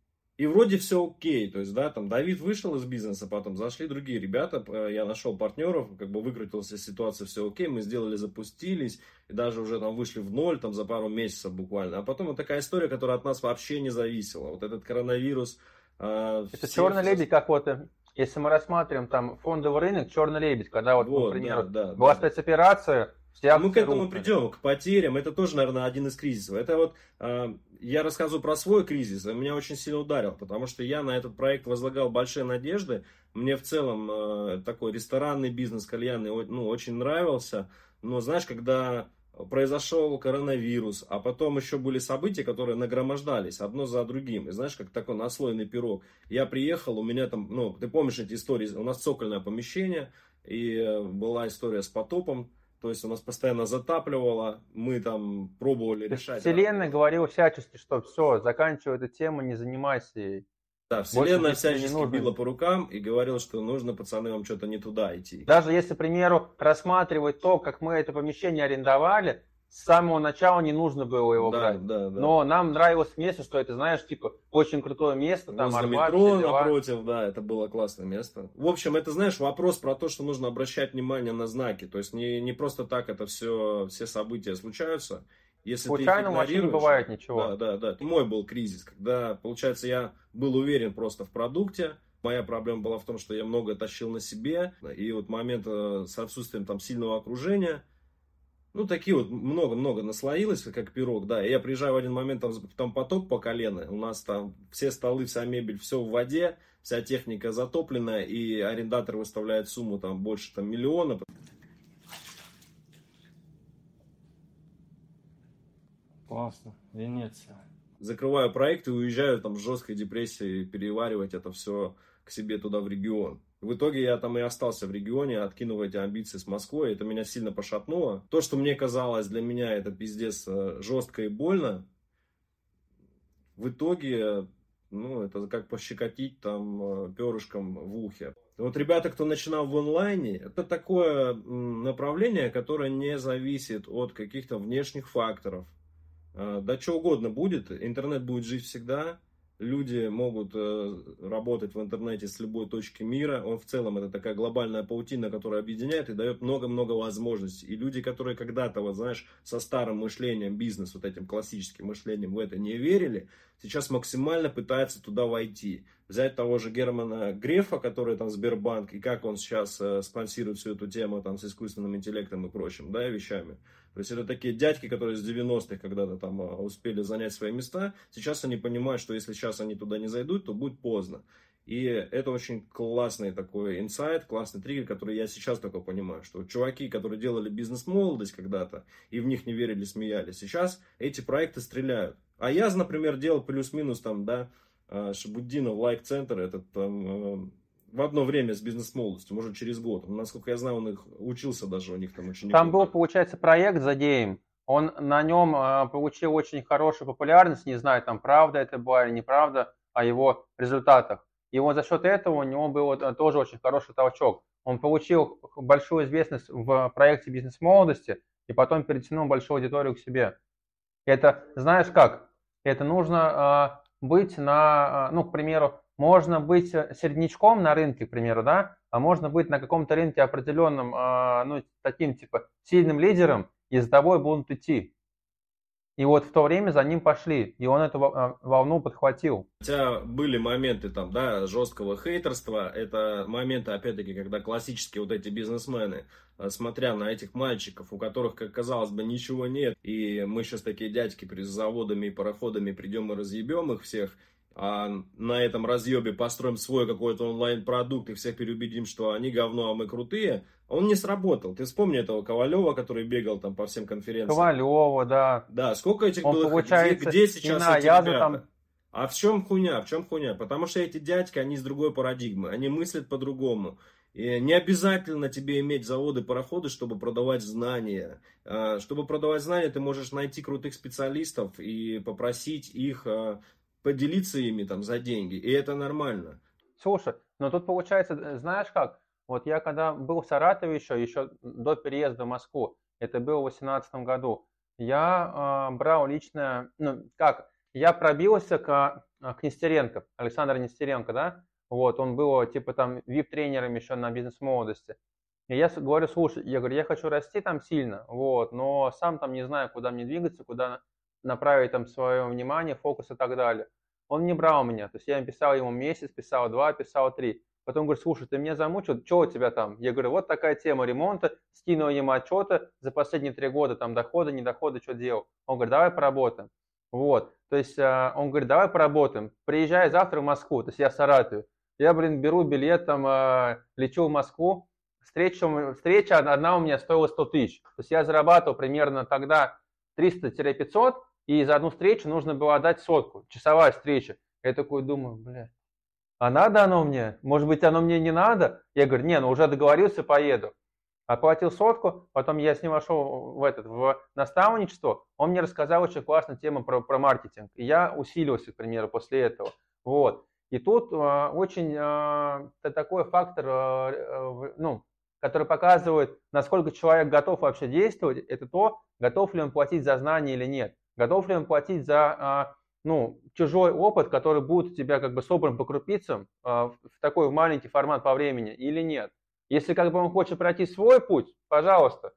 И вроде все окей, то есть, да, там Давид вышел из бизнеса, потом зашли другие ребята, я нашел партнеров, как бы выкрутилась ситуация, все окей, мы сделали, запустились, и даже уже там вышли в ноль, там за пару месяцев буквально. А потом вот такая история, которая от нас вообще не зависела, вот этот коронавирус. Это всех... черный лебедь, как вот, если мы рассматриваем там фондовый рынок, черный лебедь, когда вот, вот например, да, да, была да. спецоперация, все мы к этому рухнули. Придем, к потерям. Это тоже, наверное, один из кризисов. Это вот э, я рассказываю про свой кризис, он меня очень сильно ударил, потому что я на этот проект возлагал большие надежды. Мне в целом э, такой ресторанный бизнес, кальянный, ну, очень нравился. Но знаешь, когда произошел коронавирус, а потом еще были события, которые нагромождались одно за другим. И знаешь, как такой наслойный пирог. Я приехал, у меня там, ну, ты помнишь эти истории, у нас цокольное помещение, и была история с потопом. То есть у нас постоянно затапливало, мы там пробовали решать. Вселенная говорила всячески, что все, заканчивай эту тему, не занимайся ей. Да, Вселенная всячески била по рукам и говорила, что нужно, пацаны, вам что-то не туда идти. Даже если, к примеру, рассматривать то, как мы это помещение арендовали, с самого начала не нужно было его да, брать. Да, да. Но нам нравилось место, что это, знаешь, типа, очень крутое место. Там возле метро напротив, да, это было классное место. В общем, это, знаешь, вопрос про то, что нужно обращать внимание на знаки. То есть не, не просто так это все, все события случаются. Если ты их Случайно в машине игнорируешь, бывает да, ничего. да, да. Мой был кризис, когда, получается, я был уверен просто в продукте. Моя проблема была в том, что я много тащил на себе. И вот момент э, с отсутствием там сильного окружения, ну, такие вот много-много наслоилось, как пирог, да. И я приезжаю в один момент, там, там потоп по колено. У нас там все столы, вся мебель, все в воде, вся техника затопленная, и арендатор выставляет сумму там больше там миллиона. Классно, Венеция. Закрываю проект и уезжаю там с жесткой депрессией переваривать это все к себе туда в регион. В итоге я там и остался в регионе, откинув эти амбиции с Москвой. Это меня сильно пошатнуло. То, что мне казалось для меня это пиздец жестко и больно, в итоге, ну, это как пощекотить там перышком в ухе. Вот ребята, кто начинал в онлайне, это такое направление, которое не зависит от каких-то внешних факторов. Да что угодно будет, интернет будет жить всегда, люди могут работать в интернете с любой точки мира, он в целом это такая глобальная паутина, которая объединяет и дает много-много возможностей. И люди, которые когда-то, вот знаешь, со старым мышлением, бизнес, вот этим классическим мышлением в это не верили, сейчас максимально пытаются туда войти. Взять того же Германа Грефа, который там Сбербанк, и как он сейчас спонсирует всю эту тему там с искусственным интеллектом и прочим, да, вещами. То есть это такие дядьки, которые с девяностых когда-то там успели занять свои места. Сейчас они понимают, что если сейчас они туда не зайдут, то будет поздно. И это очень классный такой инсайт, классный триггер, который я сейчас только понимаю, что чуваки, которые делали бизнес-молодость когда-то, и в них не верили, смеялись, сейчас эти проекты стреляют. А я, например, делал плюс-минус там, да, Шабуддинов лайк-центр, этот там... в одно время с бизнес-молодостью, может, через год. Насколько я знаю, он их учился даже, у них там учеников. Там был, получается, проект The Game. Он на нем э, получил очень хорошую популярность, не знаю, там правда это была или неправда, о его результатах. И вот за счет этого у него был тоже очень хороший толчок. Он получил большую известность в проекте бизнес-молодости и потом перетянул большую аудиторию к себе. Это, знаешь как, это нужно э, быть на, э, ну, к примеру, можно быть середнячком на рынке, к примеру, да, а можно быть на каком-то рынке определенным, ну, таким, типа, сильным лидером, и за тобой будут идти. И вот в то время за ним пошли, и он эту волну подхватил. Хотя были моменты там, да, жесткого хейтерства, это моменты, опять-таки, когда классические вот эти бизнесмены, смотря на этих мальчиков, у которых, как казалось бы, ничего нет, и мы сейчас такие дядьки с заводами и пароходами придем и разъебем их всех, а на этом разъебе построим свой какой-то онлайн-продукт и всех переубедим, что они говно, а мы крутые, он не сработал. Ты вспомни этого Ковалева, который бегал там по всем конференциям. Ковалева, да. Да, сколько этих он, было, получается, где, где сейчас эти Язу ребята? Там... А в чем хуйня, в чем хуйня? Потому что эти дядьки, они из другой парадигмы, они мыслят по-другому. И не обязательно тебе иметь заводы, пароходы, чтобы продавать знания. Чтобы продавать знания, ты можешь найти крутых специалистов и попросить их поделиться ими там за деньги, и это нормально. Слушай, но тут получается, знаешь как, вот я когда был в Саратове еще, еще до переезда в Москву, это было в восемнадцатом году, я э, брал лично, ну как, я пробился к, к Нестеренко, Александру Нестеренко, да, вот, он был типа там вип-тренером еще на бизнес-молодости. И я говорю, слушай, я говорю, я хочу расти там сильно, вот, но сам там не знаю, куда мне двигаться, куда направить там свое внимание, фокус и так далее. Он не брал меня, то есть я писал ему месяц, писал два, писал три. Потом говорит, слушай, ты меня замучил, что у тебя там? Я говорю, вот такая тема ремонта, скинул ему отчеты за последние три года, там доходы, недоходы, что делал. Он говорит, давай поработаем. Вот, то есть он говорит, давай поработаем, приезжай завтра в Москву, то есть я в Саратове. Я, блин, беру билет, там, лечу в Москву, встреча, встреча одна у меня стоила сто тысяч. То есть я зарабатывал примерно тогда триста-пятьсот, и за одну встречу нужно было отдать сотку, часовая встреча. Я такой думаю, блядь, а надо оно мне? Может быть, оно мне не надо? Я говорю, не, ну уже договорился, поеду. Оплатил сотку, потом я с ним вошел в, этот, в наставничество, он мне рассказал очень классную тему про, про маркетинг. И я усилился, к примеру, после этого. Вот. И тут э, очень э, такой фактор, э, э, ну, который показывает, насколько человек готов вообще действовать, это то, готов ли он платить за знания или нет. Готов ли он платить за ну, чужой опыт, который будет у тебя как бы собран по крупицам в такой маленький формат по времени или нет. Если как бы он хочет пройти свой путь, пожалуйста.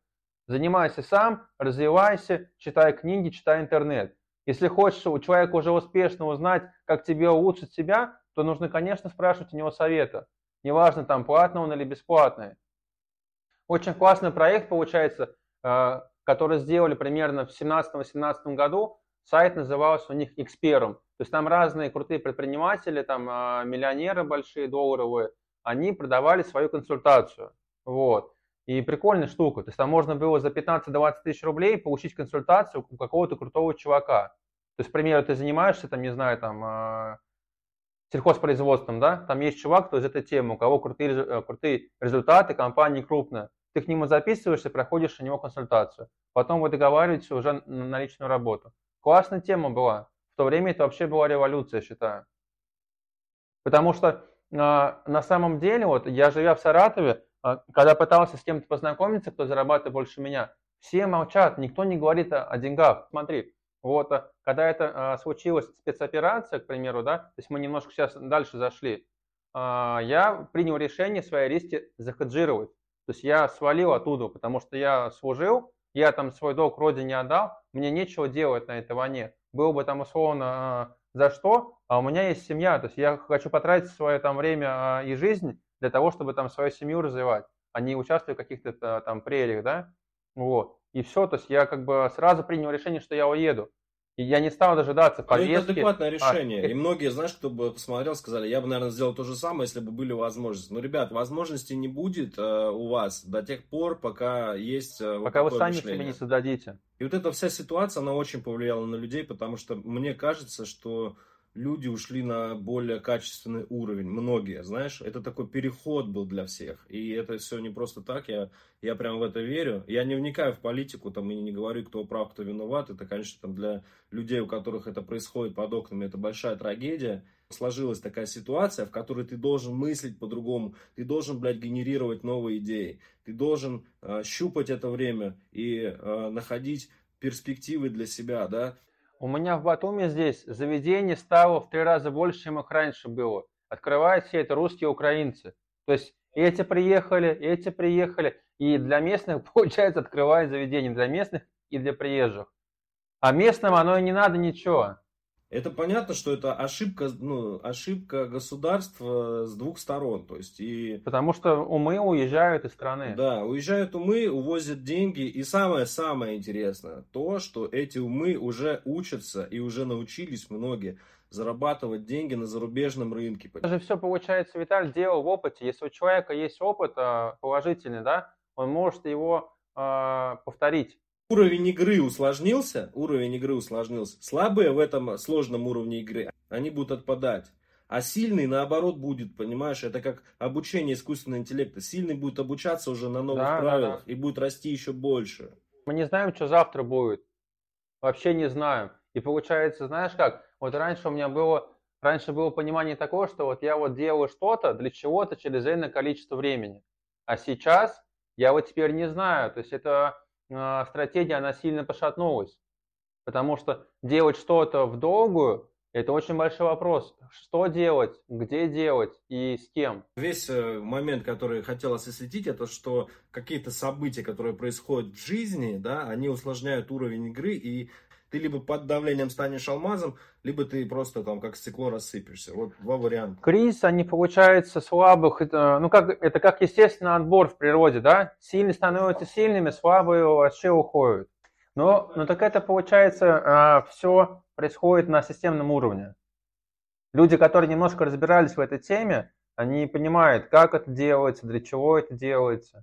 Занимайся сам, развивайся, читай книги, читай интернет. Если хочешь у человека уже успешно узнать, как тебе улучшить себя, то нужно, конечно, спрашивать у него совета. Неважно, там, платный он или бесплатный. Очень классный проект получается, э, который сделали примерно в семнадцатом-восемнадцатом году. Сайт назывался у них Xperum. То есть там разные крутые предприниматели, там э, миллионеры большие, долларовые, они продавали свою консультацию. Вот. И прикольная штука. То есть там можно было за пятнадцать-двадцать тысяч рублей получить консультацию у какого-то крутого чувака. То есть, к примеру, ты занимаешься, там, не знаю, там, э, сельхозпроизводством, да, там есть чувак, кто из этой темы, у кого крутые, крутые результаты, компания крупная. Ты к нему записываешься, проходишь у него консультацию. Потом вы договариваетесь уже на личную работу. Классная тема была. В то время это вообще была революция, я считаю. Потому что э, на самом деле, вот я живя в Саратове, э, когда пытался с кем-то познакомиться, кто зарабатывает больше меня, все молчат, никто не говорит о, о деньгах. Смотри, вот когда это э, случилась спецоперация, к примеру, да, то есть мы немножко сейчас дальше зашли, э, я принял решение свои риски захеджировать. То есть я свалил оттуда, потому что я служил, я там свой долг родине отдал, мне нечего делать на этой войне. Было бы там условно э, за что, а у меня есть семья, то есть я хочу потратить свое там время э, и жизнь для того, чтобы там свою семью развивать, а не участвовать в каких-то там прериях, да, вот. И все, то есть я как бы сразу принял решение, что я уеду. И я не стал дожидаться Ну, повестки. это адекватное решение. А, И многие, знаешь, кто бы посмотрел, сказали, я бы, наверное, сделал то же самое, если бы были возможности. Но, ребят, возможностей не будет э, у вас до тех пор, пока есть э, вот пока вы такое сами мышление. себе не создадите. И вот эта вся ситуация, она очень повлияла на людей, потому что мне кажется, что люди ушли на более качественный уровень. Многие, знаешь, это такой переход был для всех. И это все не просто так, я, я прям в это верю. Я не вникаю в политику, там, и не говорю, кто прав, кто виноват. Это, конечно, там, для людей, у которых это происходит под окнами, это большая трагедия. Сложилась такая ситуация, в которой ты должен мыслить по-другому, ты должен, блядь, генерировать новые идеи, ты должен э, щупать это время и э, находить перспективы для себя, да. У меня в Батуми здесь заведений стало в три раза больше, чем их раньше было. Открывают все это русские украинцы. То есть эти приехали, эти приехали. И для местных, получается, открывают заведения. Для местных и для приезжих. А местным оно и не надо ничего. Это понятно, что это ошибка, ну, ошибка государства с двух сторон. То есть и... Потому что умы уезжают из страны. Да, уезжают умы, увозят деньги. И самое-самое интересное, то, что эти умы уже учатся и уже научились многие зарабатывать деньги на зарубежном рынке. Это же все получается, Виталий, дело в опыте. Если у человека есть опыт положительный, да, он может его э, повторить. Уровень игры усложнился, уровень игры усложнился. Слабые в этом сложном уровне игры, они будут отпадать. А сильный, наоборот, будет, понимаешь, это как обучение искусственного интеллекта. Сильный будет обучаться уже на новых Да, правилах да, да. и будет расти еще больше. Мы не знаем, что завтра будет. Вообще не знаем. И получается, знаешь как, вот раньше у меня было, раньше было понимание такое, что вот я вот делаю что-то для чего-то через энное количество времени. А сейчас я вот теперь не знаю. То есть эта э, стратегия, она сильно пошатнулась. Потому что делать что-то в долгую, это очень большой вопрос. Что делать, где делать и с кем. Весь э, момент, который хотелось осветить, это что какие-то события, которые происходят в жизни, да, они усложняют уровень игры, и ты либо под давлением станешь алмазом, либо ты просто там как стекло рассыпешься. Вот два варианта. Кризис, они получаются слабых, это, ну как, это как естественный отбор в природе, да? Сильные становятся сильными, слабые вообще уходят. Но, но так это получается, все происходит на системном уровне. Люди, которые немножко разбирались в этой теме, они понимают, как это делается, для чего это делается.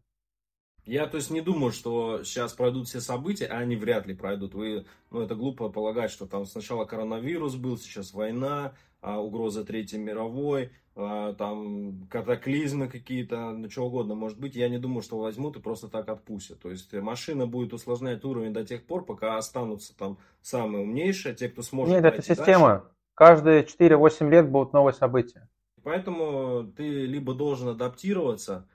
Я, то есть, не думаю, что сейчас пройдут все события, а они вряд ли пройдут. Вы, ну, это глупо полагать, что там сначала коронавирус был, сейчас война, а, угроза Третьей мировой, а, там катаклизмы какие-то, ну, что угодно может быть. Я не думаю, что возьмут и просто так отпустят. То есть, машина будет усложнять уровень до тех пор, пока останутся там самые умнейшие, те, кто сможет. Нет, это система. Дальше. Каждые четыре-восемь лет будут новые события. Поэтому ты либо должен адаптироваться,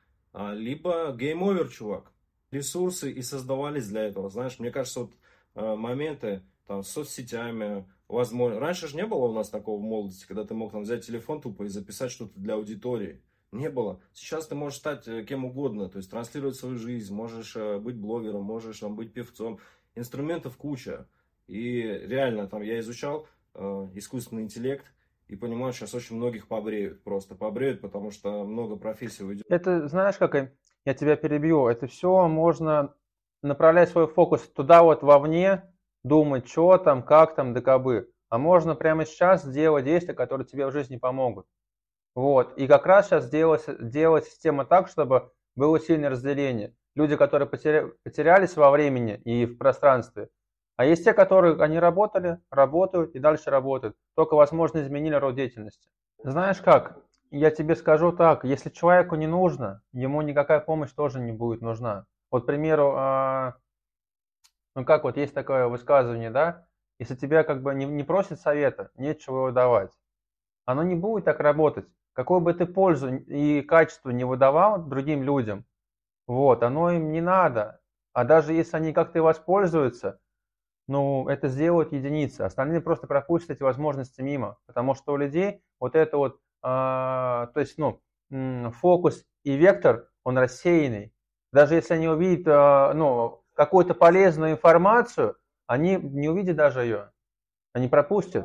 либо game over, чувак. Ресурсы и создавались для этого. Знаешь, мне кажется, вот э, моменты там с соцсетями, возможно. Раньше же не было у нас такого в молодости, когда ты мог там взять телефон тупо и записать что-то для аудитории. Не было. Сейчас ты можешь стать кем угодно, то есть транслировать свою жизнь, можешь быть блогером, можешь там, быть певцом. Инструментов куча. И реально, там я изучал э, искусственный интеллект и понимаю, сейчас очень многих побреют, просто побреют, потому что много профессий уйдет. Это, знаешь, как я тебя перебью, это все можно направлять свой фокус туда вот вовне, думать, что там, как там, да кабы. А можно прямо сейчас сделать действия, которые тебе в жизни помогут. Вот. И как раз сейчас делать, делать систему так, чтобы было сильное разделение. Люди, которые потеря, потерялись во времени и в пространстве, а есть те, которые, они работали, работают и дальше работают. Только, возможно, изменили род деятельности. Знаешь как, я тебе скажу так, если человеку не нужно, ему никакая помощь тоже не будет нужна. Вот, к примеру, а, ну как вот есть такое высказывание, да, если тебя как бы не, не просят совета, нечего его давать. Оно не будет так работать. Какую бы ты пользу и качество не выдавал другим людям, вот, оно им не надо. А даже если они как-то и воспользуются, ну, это сделают единицы. Остальные просто пропустят эти возможности мимо. Потому что у людей вот это вот, а, то есть, ну, фокус и вектор, он рассеянный. Даже если они увидят, а, ну, какую-то полезную информацию, они не увидят даже ее. Они пропустят.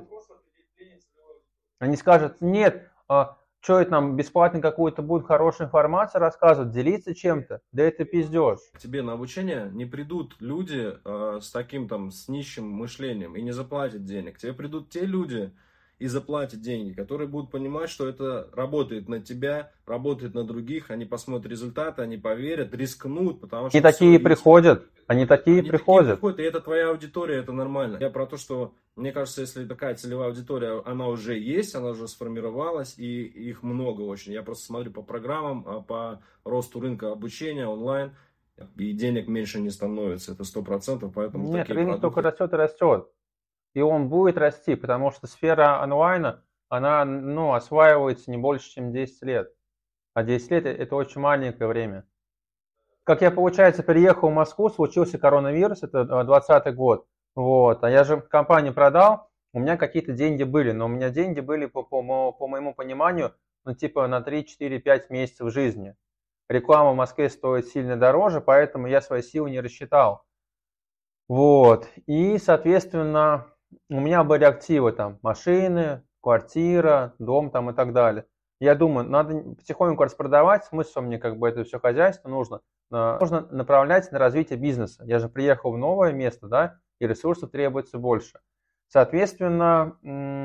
Они скажут, нет, а, что это нам бесплатно какую-то будет хорошую информацию рассказывать, делиться чем-то, да это пиздеж. К тебе на обучение не придут люди э, с таким там, с нищим мышлением и не заплатят денег. К тебе придут те люди и заплатят деньги, которые будут понимать, что это работает на тебя, работает на других, они посмотрят результаты, они поверят, рискнут, потому что... Они такие есть. приходят, они такие они приходят. Такие приходят, и это твоя аудитория, это нормально. Я про то, что, мне кажется, если такая целевая аудитория, она уже есть, она уже сформировалась, и их много очень. Я просто смотрю по программам, по росту рынка обучения онлайн, и денег меньше не становится, это сто процентов, поэтому Нет, такие рынок продукты... только растет и растет. И он будет расти, потому что сфера онлайна, она, ну, осваивается не больше, чем десять лет. А десять лет – это очень маленькое время. Как я, получается, переехал в Москву, случился коронавирус, это двадцатый год. Вот. А я же компанию продал, у меня какие-то деньги были, но у меня деньги были, по, по, по моему пониманию, ну, типа на три, четыре, пять месяцев жизни. Реклама в Москве стоит сильно дороже, поэтому я свои силы не рассчитал. Вот. И, соответственно, у меня были активы там, машины, квартира, дом там и так далее. Я думаю, надо потихоньку распродавать, смысл мне как бы это все хозяйство нужно. Нужно направлять на развитие бизнеса. Я же приехал в новое место, да, и ресурсов требуется больше. Соответственно,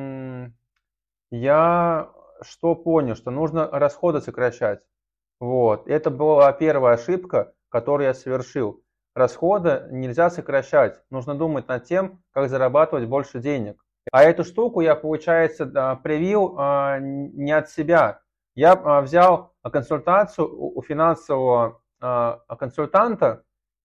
я что понял, что нужно расходы сокращать. Вот. Это была первая ошибка, которую я совершил. Расходы нельзя сокращать. Нужно думать над тем, как зарабатывать больше денег. А эту штуку я, получается, привил не от себя. Я взял консультацию у финансового консультанта,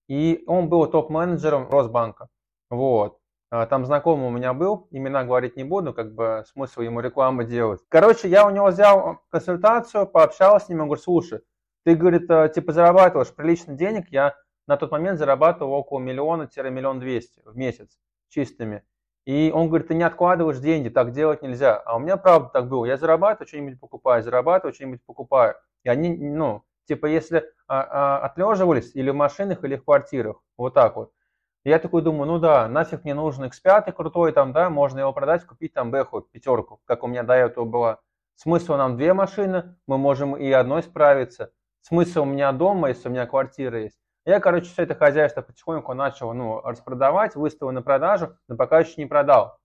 и он был топ-менеджером Росбанка. Вот. Там знакомый у меня был, имена говорить не буду, как бы смысл ему рекламу делать. Короче, я у него взял консультацию, пообщался с ним, я говорю, слушай, ты, говорит, типа зарабатываешь прилично денег, я на тот момент зарабатывал около миллиона-миллион двести в месяц чистыми. И он говорит, ты не откладываешь деньги, так делать нельзя. А у меня правда так было, я зарабатываю, что-нибудь покупаю, зарабатываю, что-нибудь покупаю. И они, ну, типа если а, а, отлеживались или в машинах, или в квартирах, вот так вот. Я такой думаю, ну да, нафиг мне нужен икс пять крутой, там, да, можно его продать, купить там Бэху, пятерку, как у меня до этого была. Смысл нам две машины, мы можем и одной справиться. Смысл у меня дома, если у меня квартира есть. Я, короче, все это хозяйство потихоньку начал, ну, распродавать, выставил на продажу, но пока еще не продал.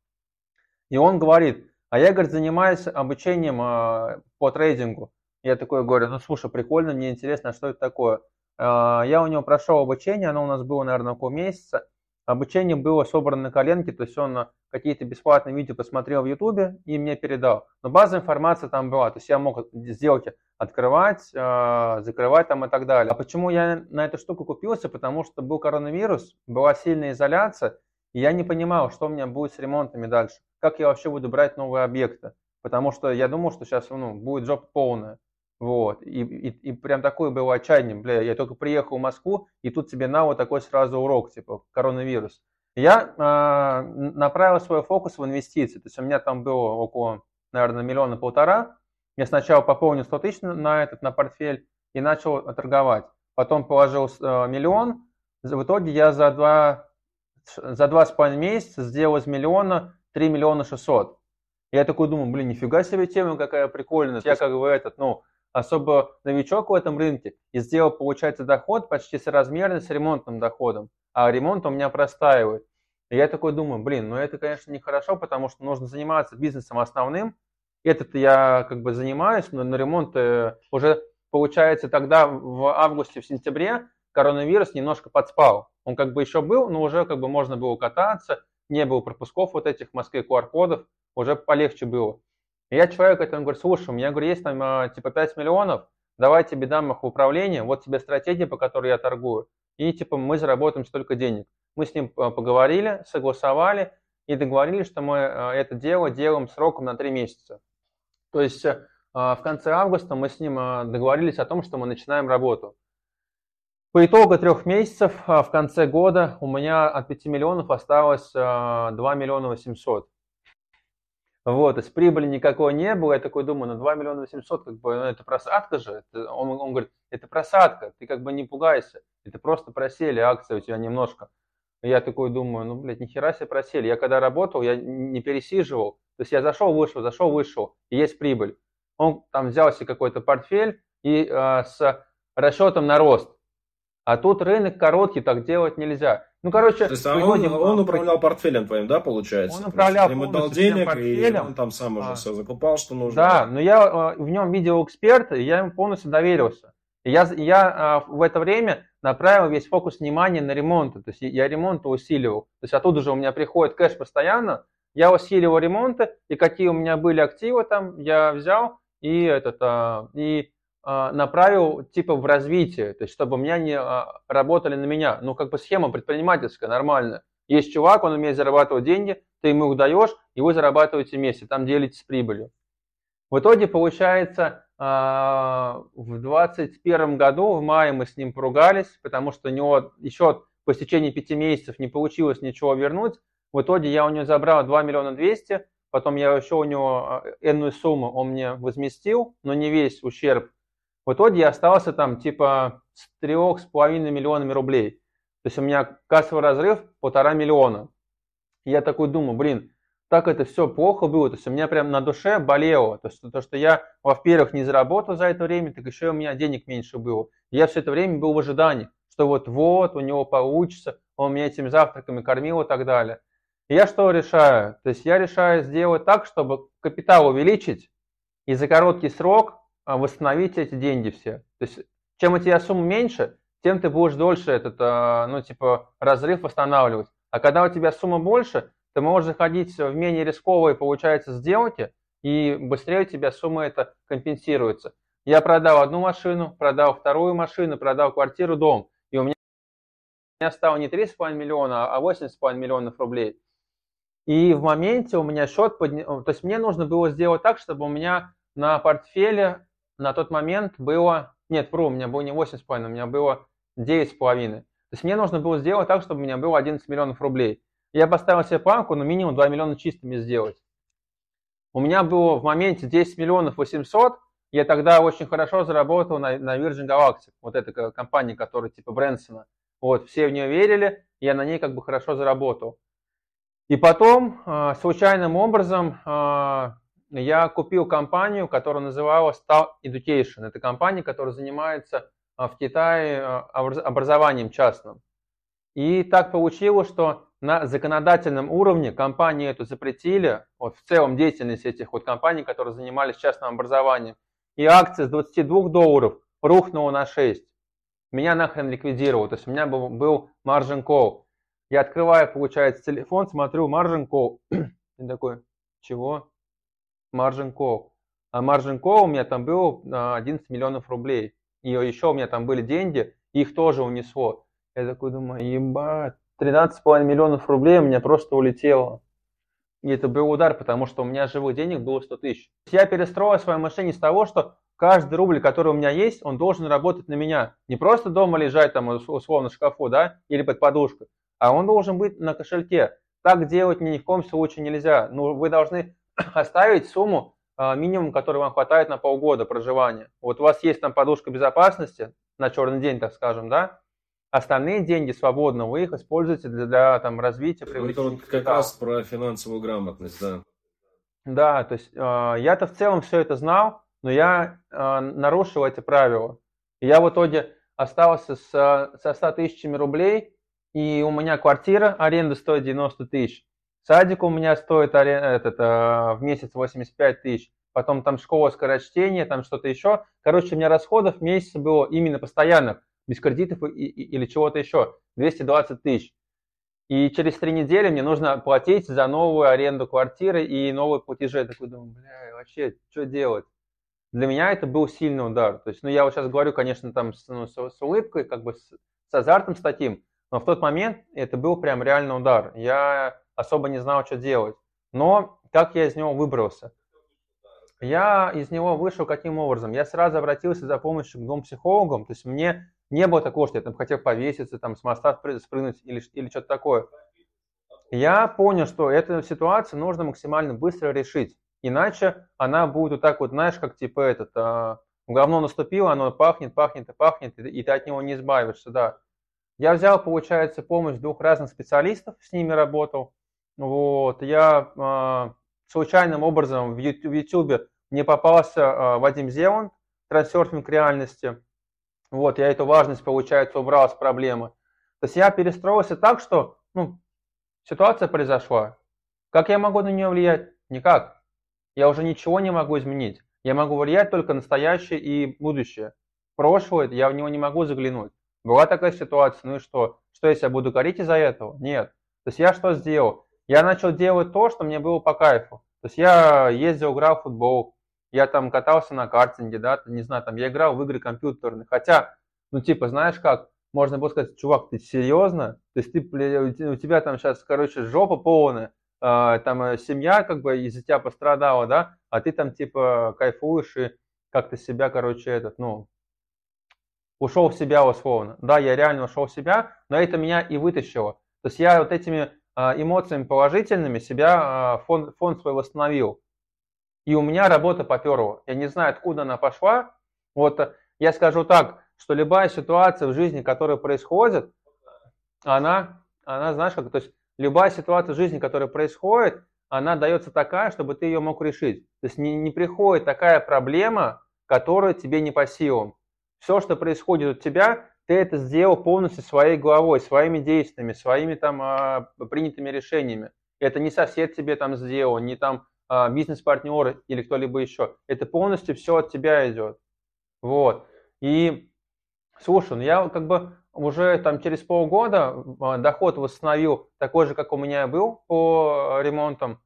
И он говорит, а я, говорит, занимаюсь обучением э, по трейдингу. Я такой говорю, ну, слушай, прикольно, мне интересно, что это такое. Я у него прошел обучение, оно у нас было, наверное, около месяца. Обучение было собрано на коленке, то есть он какие-то бесплатные видео посмотрел в Ютубе и мне передал. Но базовая информация там была, то есть я мог сделки открывать, закрывать там и так далее. А почему я на эту штуку купился? Потому что был коронавирус, была сильная изоляция, и я не понимал, что у меня будет с ремонтами дальше. Как я вообще буду брать новые объекты? Потому что я думал, что сейчас, ну, будет жопа полная. Вот, и, и, и прям такое было отчаяние, бля, я только приехал в Москву, и тут тебе на вот такой сразу урок, типа, коронавирус. Я э, направил свой фокус в инвестиции, то есть у меня там было около, наверное, миллиона полтора, Я сначала пополнил сто тысяч на этот, на портфель и начал торговать. Потом положил миллион. В итоге я за два, за два с половиной месяца сделал из миллиона три миллиона шестьсот. Я такой думаю, блин, нифига себе тема какая прикольная. Я как бы этот, ну, особо новичок в этом рынке и сделал, получается, доход почти соразмерный с ремонтным доходом. А ремонт у меня простаивает. И я такой думаю, блин, ну это, конечно, нехорошо, потому что нужно заниматься бизнесом основным. Этот я как бы занимаюсь, но на ремонт уже, получается, тогда в августе, в сентябре коронавирус немножко подспал. Он как бы еще был, но уже как бы можно было кататься, не было пропусков вот этих в Москве ку ар кодов, уже полегче было. И я человек этому говорю, слушай, у меня, говорю, есть там типа пять миллионов, давай тебе дам их в управление, вот тебе стратегия, по которой я торгую, и типа мы заработаем столько денег. Мы с ним поговорили, согласовали и договорились, что мы это дело делаем сроком на три месяца. То есть в конце августа мы с ним договорились о том, что мы начинаем работу. По итогу трех месяцев в конце года у меня от пяти миллионов осталось два миллиона восемьсот. Вот, то есть прибыли никакой не было. Я такой думаю, ну два миллиона восемьсот, как бы, ну, это просадка же. Это, он, он говорит, это просадка, ты как бы не пугайся. Это просто просели акции у тебя немножко. Я такой думаю, ну, блядь, нихера себе просели. Я когда работал, я не пересиживал. То есть я зашел, вышел, зашел, вышел, и есть прибыль. Он там взял себе какой-то портфель и э, с расчетом на рост. А тут рынок короткий, так делать нельзя. Ну, короче... То есть он, он управлял портфелем твоим, да, получается? Он управлял ему дал денег, портфелем. И он там сам уже а, все закупал, что нужно. Да, но я в нем видел эксперта, и я ему полностью доверился. И я, я в это время направил весь фокус внимания на ремонты. То есть я ремонты усиливал. То есть оттуда же у меня приходит кэш постоянно. Я усиливал ремонты, и какие у меня были активы там, я взял и, этот, и направил типа в развитие. То есть чтобы у меня не работали на меня. Ну, как бы схема предпринимательская, нормальная. Есть чувак, он умеет зарабатывать деньги, ты ему их даешь, и вы зарабатываете вместе, там делитесь прибылью. В итоге, получается, в двадцать первом году, в мае мы с ним поругались, потому что у него еще по истечении пяти месяцев не получилось ничего вернуть. В итоге я у него забрал два миллиона двести, потом я еще у него энную сумму он мне возместил, но не весь ущерб. В итоге я остался там типа с трех с половиной миллионами рублей. То есть у меня кассовый разрыв полтора миллиона. И я такой думаю, блин, так это все плохо было, то есть у меня прям на душе болело, то есть то, что я, во-первых, не заработал за это время, так еще и у меня денег меньше было. И я все это время был в ожидании, что вот-вот у него получится, он меня этими завтраками кормил и так далее. И я что решаю? То есть я решаю сделать так, чтобы капитал увеличить и за короткий срок восстановить эти деньги все. То есть чем у тебя сумма меньше, тем ты будешь дольше этот, ну типа, разрыв восстанавливать. А когда у тебя сумма больше, ты можешь заходить в менее рисковые, получается, сделки, и быстрее у тебя сумма это компенсируется. Я продал одну машину, продал вторую машину, продал квартиру, дом. И у меня стало не три с половиной миллиона, а восемь с половиной миллионов рублей. И в моменте у меня счет поднял... То есть мне нужно было сделать так, чтобы у меня на портфеле на тот момент было... Нет, вру, у меня было не восемь с половиной, у меня было девять с половиной. То есть мне нужно было сделать так, чтобы у меня было одиннадцать миллионов рублей. Я поставил себе планку, ну, минимум два миллиона чистыми сделать. У меня было в моменте десять миллионов восемьсот, я тогда очень хорошо заработал на, на Virgin Galactic, вот эта компания, которая типа Брэнсона. Вот, все в нее верили, я на ней как бы хорошо заработал. И потом, случайным образом, я купил компанию, которая называлась Tal Education. Это компания, которая занимается в Китае образованием частным. И так получилось, что на законодательном уровне компании эту запретили, вот в целом деятельность этих вот компаний, которые занимались частным образованием. И акция с двадцати двух долларов рухнула на шесть. Меня нахрен ликвидировало. То есть у меня был, был margin call. Я открываю, получается, телефон, смотрю margin call. И такой, чего? Margin call. А margin call у меня там был одиннадцать миллионов рублей. И еще у меня там были деньги, их тоже унесло. Я такой думаю, ебать, тринадцать с половиной миллионов рублей у меня просто улетело. И это был удар, потому что у меня живых денег было сто тысяч. Я перестроил свое мышление с того, что каждый рубль, который у меня есть, он должен работать на меня. Не просто дома лежать там условно в шкафу, да, или под подушкой, а он должен быть на кошельке. Так делать ни в коем случае нельзя. Ну, вы должны оставить сумму а, минимум, который вам хватает на полгода проживания. Вот у вас есть там подушка безопасности на черный день, так скажем, да? Остальные деньги свободно вы их используете для, для там, развития, Это привлечения вот как капитала. раз про финансовую грамотность, да. Да, то есть э, я-то в целом все это знал, но я э, нарушил эти правила. И я в итоге остался с, со ста тысячами рублей, и у меня квартира, аренда стоит девяносто тысяч. Садик у меня стоит арен- этот, э, в месяц восемьдесят пять тысяч. Потом там школа скорочтения, там что-то еще. Короче, у меня расходов в месяц было именно постоянных, без кредитов и, и, или чего-то еще, двести двадцать тысяч. И через три недели мне нужно платить за новую аренду квартиры и новые платежи. Я такой думаю, бля, вообще, что делать? Для меня это был сильный удар. То есть, ну, я вот сейчас говорю, конечно, там с, ну, с, с улыбкой, как бы с, с азартом с таким, но в тот момент это был прям реальный удар. Я особо не знал, что делать. Но как я из него выбрался? Я из него вышел каким образом? Я сразу обратился за помощью к двум психологам. То есть мне не было такого, что я там хотел повеситься, там с моста спрыгнуть или, или что-то такое. Я понял, что эту ситуацию нужно максимально быстро решить. Иначе она будет вот так вот, знаешь, как типа этот, а, говно наступило, оно пахнет, пахнет и пахнет, и ты от него не избавишься, да. Я взял, получается, помощь двух разных специалистов, с ними работал. Вот, я а, случайным образом в Ютубе мне попался а, Вадим Зеланд, трансерфинг реальности. Вот, я эту важность, получается, убрал с проблемы. То есть я перестроился так, что, ну, ситуация произошла. Как я могу на нее влиять? Никак. Я уже ничего не могу изменить. Я могу влиять только на настоящее и будущее. Прошлое, я в него не могу заглянуть. Была такая ситуация, ну и что? Что если я буду гореть из-за этого? Нет. То есть я что сделал? Я начал делать то, что мне было по кайфу. То есть я ездил, играл в футбол, я там катался на картинге, да, не знаю, там я играл в игры компьютерные. Хотя, ну типа, знаешь как, можно было сказать, чувак, ты серьезно? То есть ты, у тебя там сейчас, короче, жопа полная, там семья как бы из-за тебя пострадала, да, а ты там типа кайфуешь и как-то себя, короче, этот, ну, ушел в себя условно. Да, я реально ушел в себя, но это меня и вытащило. То есть я вот этими эмоциями положительными себя, фон, фон свой восстановил. И у меня работа поперла. Я не знаю, откуда она пошла. Вот я скажу так, что любая ситуация в жизни, которая происходит, она, она, знаешь, как, то есть любая ситуация в жизни, которая происходит, она дается такая, чтобы ты ее мог решить. То есть не, не приходит такая проблема, которая тебе не по силам. Все, что происходит у тебя, ты это сделал полностью своей головой, своими действиями, своими там а, принятыми решениями. Это не сосед тебе там сделал, не там а, бизнес-партнер или кто-либо еще. Это полностью все от тебя идет. Вот. И слушай, ну я как бы уже там через полгода доход восстановил такой же, как у меня был по ремонтам,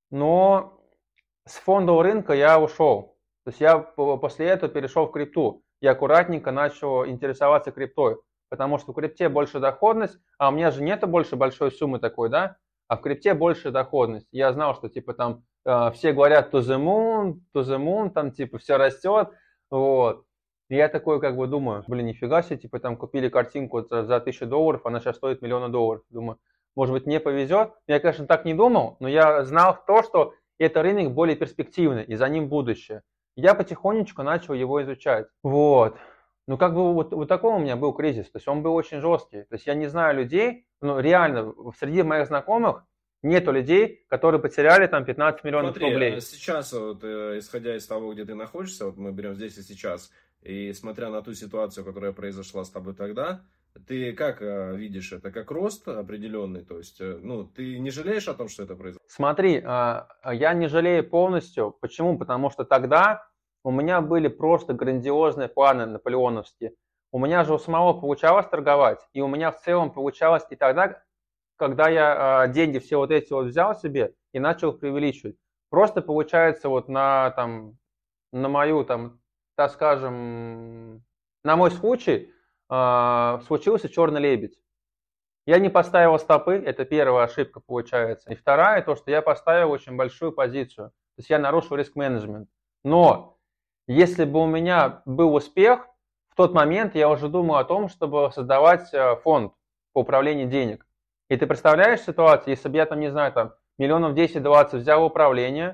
но с фондового рынка я ушел. То есть я после этого перешел в крипту. Я аккуратненько начал интересоваться криптой, потому что в крипте больше доходность, а у меня же нету больше большой суммы такой, да, а в крипте больше доходность. Я знал, что типа там э, все говорят to the moon, to the moon, там типа все растет, вот. И я такой как бы думаю, блин, нифига себе, типа там купили картинку за тысячу долларов, она сейчас стоит миллиона долларов. Думаю, может быть мне повезет. Я, конечно, так не думал, но я знал то, что это рынок более перспективный, и за ним будущее. Я потихонечку начал его изучать. Вот. Ну, как бы вот, вот такой у меня был кризис. То есть он был очень жесткий. То есть я не знаю людей, но реально среди моих знакомых нету людей, которые потеряли там пятнадцать миллионов Смотри, рублей. Сейчас, вот, исходя из того, где ты находишься, вот мы берем здесь и сейчас, и смотря на ту ситуацию, которая произошла с тобой тогда, ты как видишь это? Как рост определенный? То есть, ну, ты не жалеешь о том, что это произошло? Смотри, я не жалею полностью. Почему? Потому что тогда у меня были просто грандиозные планы наполеоновские. У меня же у самого получалось торговать, и у меня в целом получалось и тогда, когда я деньги все вот эти вот взял себе и начал их преувеличивать. Просто получается вот на, там, на мою, там, так скажем, на мой случай, случился черный лебедь. Я не поставил стопы, это первая ошибка получается. И вторая, то, что я поставил очень большую позицию. То есть я нарушил риск-менеджмент. Но если бы у меня был успех, в тот момент я уже думал о том, чтобы создавать фонд по управлению денег. И ты представляешь ситуацию, если бы я там, не знаю, там миллионов десять-двадцать взял управление,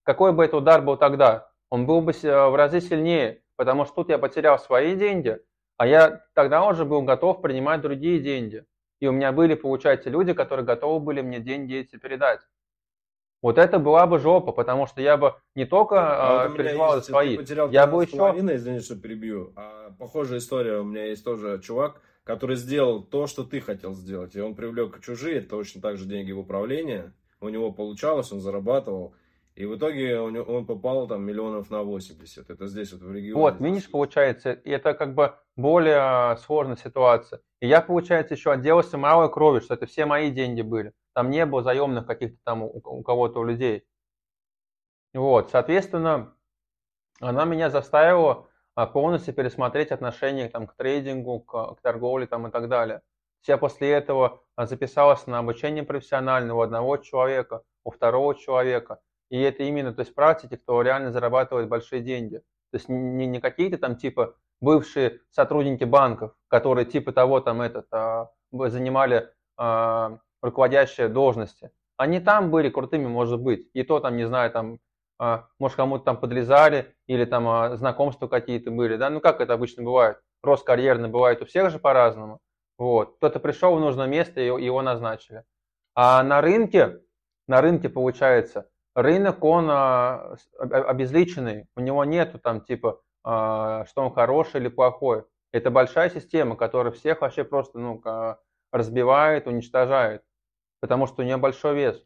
какой бы это удар был тогда? Он был бы в разы сильнее, потому что тут я потерял свои деньги, а я тогда уже был готов принимать другие деньги. И у меня были, получается, люди, которые готовы были мне деньги эти передать. Вот это была бы жопа, потому что я бы не только А вот э, у меня переживал за есть, ты свои, потерял я бы тринадцать с еще... половиной, извини, что перебью. А похожая история, у меня есть тоже чувак, который сделал то, что ты хотел сделать. И он привлек чужие, точно так же деньги в управление. У него получалось, он зарабатывал. И в итоге у него- он попал там миллионов на восемьдесят. Это здесь вот в регионе. Вот, здесь видишь, есть. получается, и это как бы более сложная ситуация. И я, получается, еще отделался малой кровью, что это все мои деньги были. Там не было заемных каких-то там у, у кого-то, у людей. Вот, соответственно, она меня заставила а, полностью пересмотреть отношение там, к трейдингу, к, к торговле там, и так далее. Я после этого а, записался на обучение профессиональное у одного человека, у второго человека. И это именно, то есть практики, кто реально зарабатывает большие деньги. То есть не, не какие-то там типа бывшие сотрудники банков, которые типа того там этот, а, занимали а, руководящие должности. Они там были крутыми, может быть. И то там, не знаю, там а, может, кому-то там подрезали, или там а, знакомства какие-то были, да, ну как это обычно бывает, рост карьерный бывает у всех же по-разному, вот, кто-то пришел в нужное место, и его назначили. А на рынке, на рынке получается, рынок, он а, обезличенный, у него нету там типа, а, что он хороший или плохой, это большая система, которая всех вообще просто, ну, разбивает, уничтожает, потому что у нее большой вес.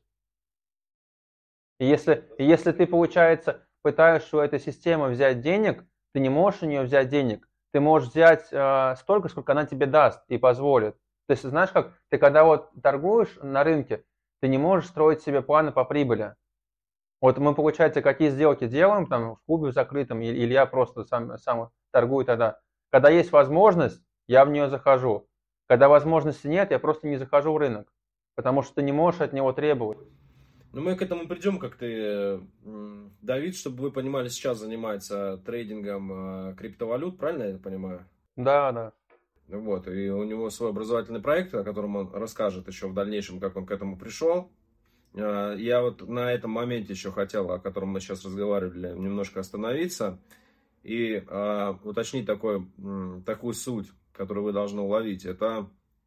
И если, и если ты, получается, пытаешься у этой системы взять денег, ты не можешь у нее взять денег. Ты можешь взять э, столько, сколько она тебе даст и позволит. То есть, знаешь как, ты когда вот торгуешь на рынке, ты не можешь строить себе планы по прибыли. Вот мы, получается, какие сделки делаем, там, в клубе закрытом, или, или я просто сам, сам торгую тогда. Когда есть возможность, я в нее захожу. Когда возможности нет, я просто не захожу в рынок. Потому что ты не можешь от него требовать. Ну, мы к этому придем, как ты, Давид, чтобы вы понимали, сейчас занимается трейдингом криптовалют, правильно я понимаю? Да, да. Вот, и у него свой образовательный проект, о котором он расскажет еще в дальнейшем, как он к этому пришел. Я вот на этом моменте еще хотел, о котором мы сейчас разговаривали, немножко остановиться и а, уточнить такой, такую суть, которую вы должны уловить. Это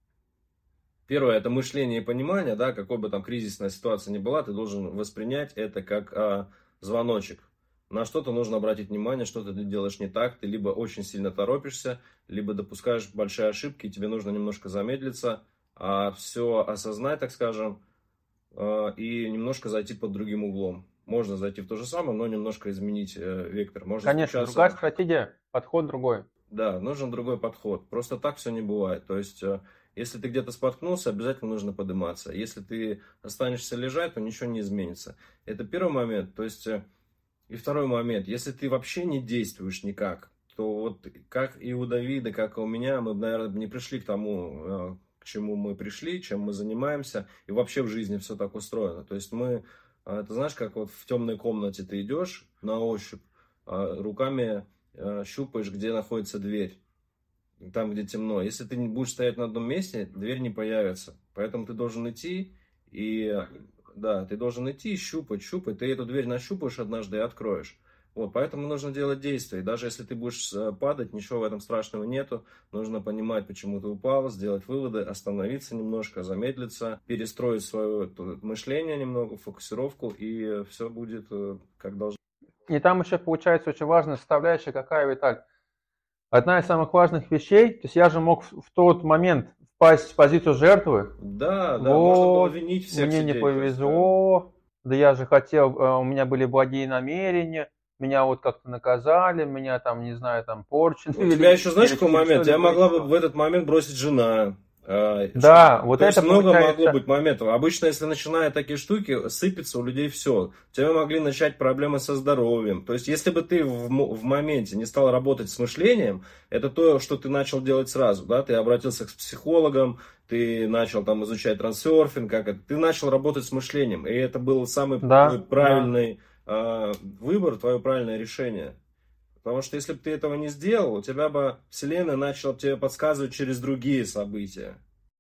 первое, это мышление и понимание, да, какой бы там кризисная ситуация ни была, ты должен воспринять это как а, звоночек. На что-то нужно обратить внимание, что ты делаешь не так, ты либо очень сильно торопишься, либо допускаешь большие ошибки, и тебе нужно немножко замедлиться, а все осознать, так скажем, а, и немножко зайти под другим углом. Можно зайти в то же самое, но немножко изменить э, вектор. Можно Конечно, стучаться... другая стратегия, подход другой. Да, нужен другой подход. Просто так все не бывает. То есть, если ты где-то споткнулся, обязательно нужно подниматься. Если ты останешься лежать, то ничего не изменится. Это первый момент. То есть, и второй момент. Если ты вообще не действуешь никак, то вот как и у Давида, как и у меня, мы, наверное, не пришли к тому, к чему мы пришли, чем мы занимаемся. И вообще в жизни все так устроено. То есть, мы, ты знаешь, как вот в темной комнате ты идешь на ощупь, руками щупаешь, где находится дверь, там, где темно. Если ты не будешь стоять на одном месте, дверь не появится. Поэтому ты должен идти и, да, ты должен идти и щупать, щупать. Ты эту дверь нащупаешь однажды и откроешь. Вот, поэтому нужно делать действия. И даже если ты будешь падать, ничего в этом страшного нету. Нужно понимать, почему ты упал, сделать выводы, остановиться немножко, замедлиться, перестроить свое мышление немного, фокусировку, и все будет как должно. И там еще получается очень важная составляющая какая, Виталь. Одна из самых важных вещей, то есть я же мог в тот момент впасть в позицию жертвы. Да, да, вот, можно было винить всех. Мне сидеть, не повезло, есть, да. да я же хотел, у меня были благие намерения, меня вот как-то наказали, меня там, не знаю, там порчу. У тебя еще, знаешь, какой момент? Тебя могла бы в этот момент бросить жена. Да, вот То это есть много получается... могло быть моментов. Обычно, если начинают такие штуки, сыпется у людей все. У тебя могли начать проблемы со здоровьем. То есть, если бы ты в, в моменте не стал работать с мышлением, это то, что ты начал делать сразу. Да? Ты обратился к психологам, ты начал там изучать трансерфинг, как это. Ты начал работать с мышлением. И это был самый да, правильный да. э, выбор, твое правильное решение. Потому что если бы ты этого не сделал, у тебя бы Вселенная начала тебе подсказывать через другие события.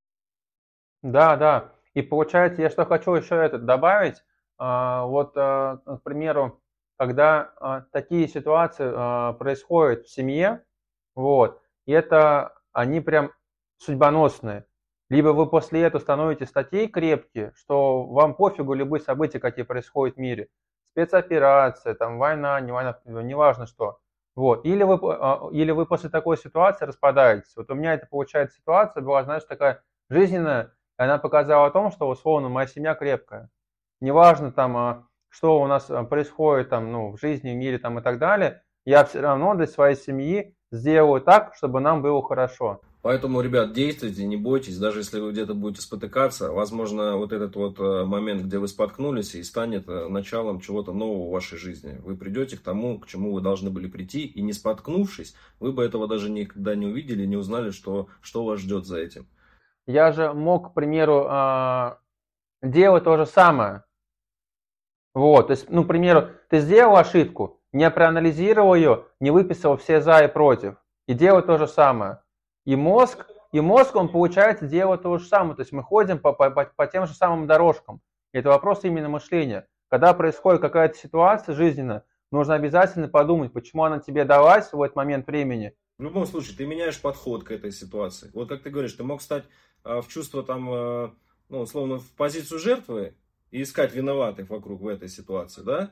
Да, да. И получается, я что хочу еще это добавить. Вот, к примеру, когда а, такие ситуации а, происходят в семье, вот, и это они прям судьбоносные. Либо вы после этого становитесь такие крепкие, что вам пофигу любые события, какие происходят в мире. Спецоперация, там, война, не война, неважно что. Вот. Или вы, а, или вы после такой ситуации распадаетесь. Вот у меня это, получается, ситуация была, знаешь, такая жизненная, и она показала о том, что, условно, моя семья крепкая. Неважно, там, а, что у нас происходит там, ну, в жизни, в мире там, и так далее, я все равно для своей семьи сделаю так, чтобы нам было хорошо. Поэтому, ребят, действуйте, не бойтесь, даже если вы где-то будете спотыкаться, возможно, вот этот вот момент, где вы споткнулись, и станет началом чего-то нового в вашей жизни. Вы придете к тому, к чему вы должны были прийти, и не споткнувшись, вы бы этого даже никогда не увидели, не узнали, что, что вас ждет за этим. Я же мог, к примеру, делать то же самое. Вот, то есть, ну, к примеру, ты сделал ошибку, не проанализировал ее, не выписал все за и против, и делать то же самое. И мозг, и мозг, он, получается, делает то же самое. То есть мы ходим по, по, по тем же самым дорожкам. И это вопрос именно мышления. Когда происходит какая-то ситуация жизненная, нужно обязательно подумать, почему она тебе далась в этот момент времени. В любом случае, ты меняешь подход к этой ситуации. Вот как ты говоришь, ты мог стать а, в чувство, там, а, ну, условно, в позицию жертвы и искать виноватых вокруг в этой ситуации, да?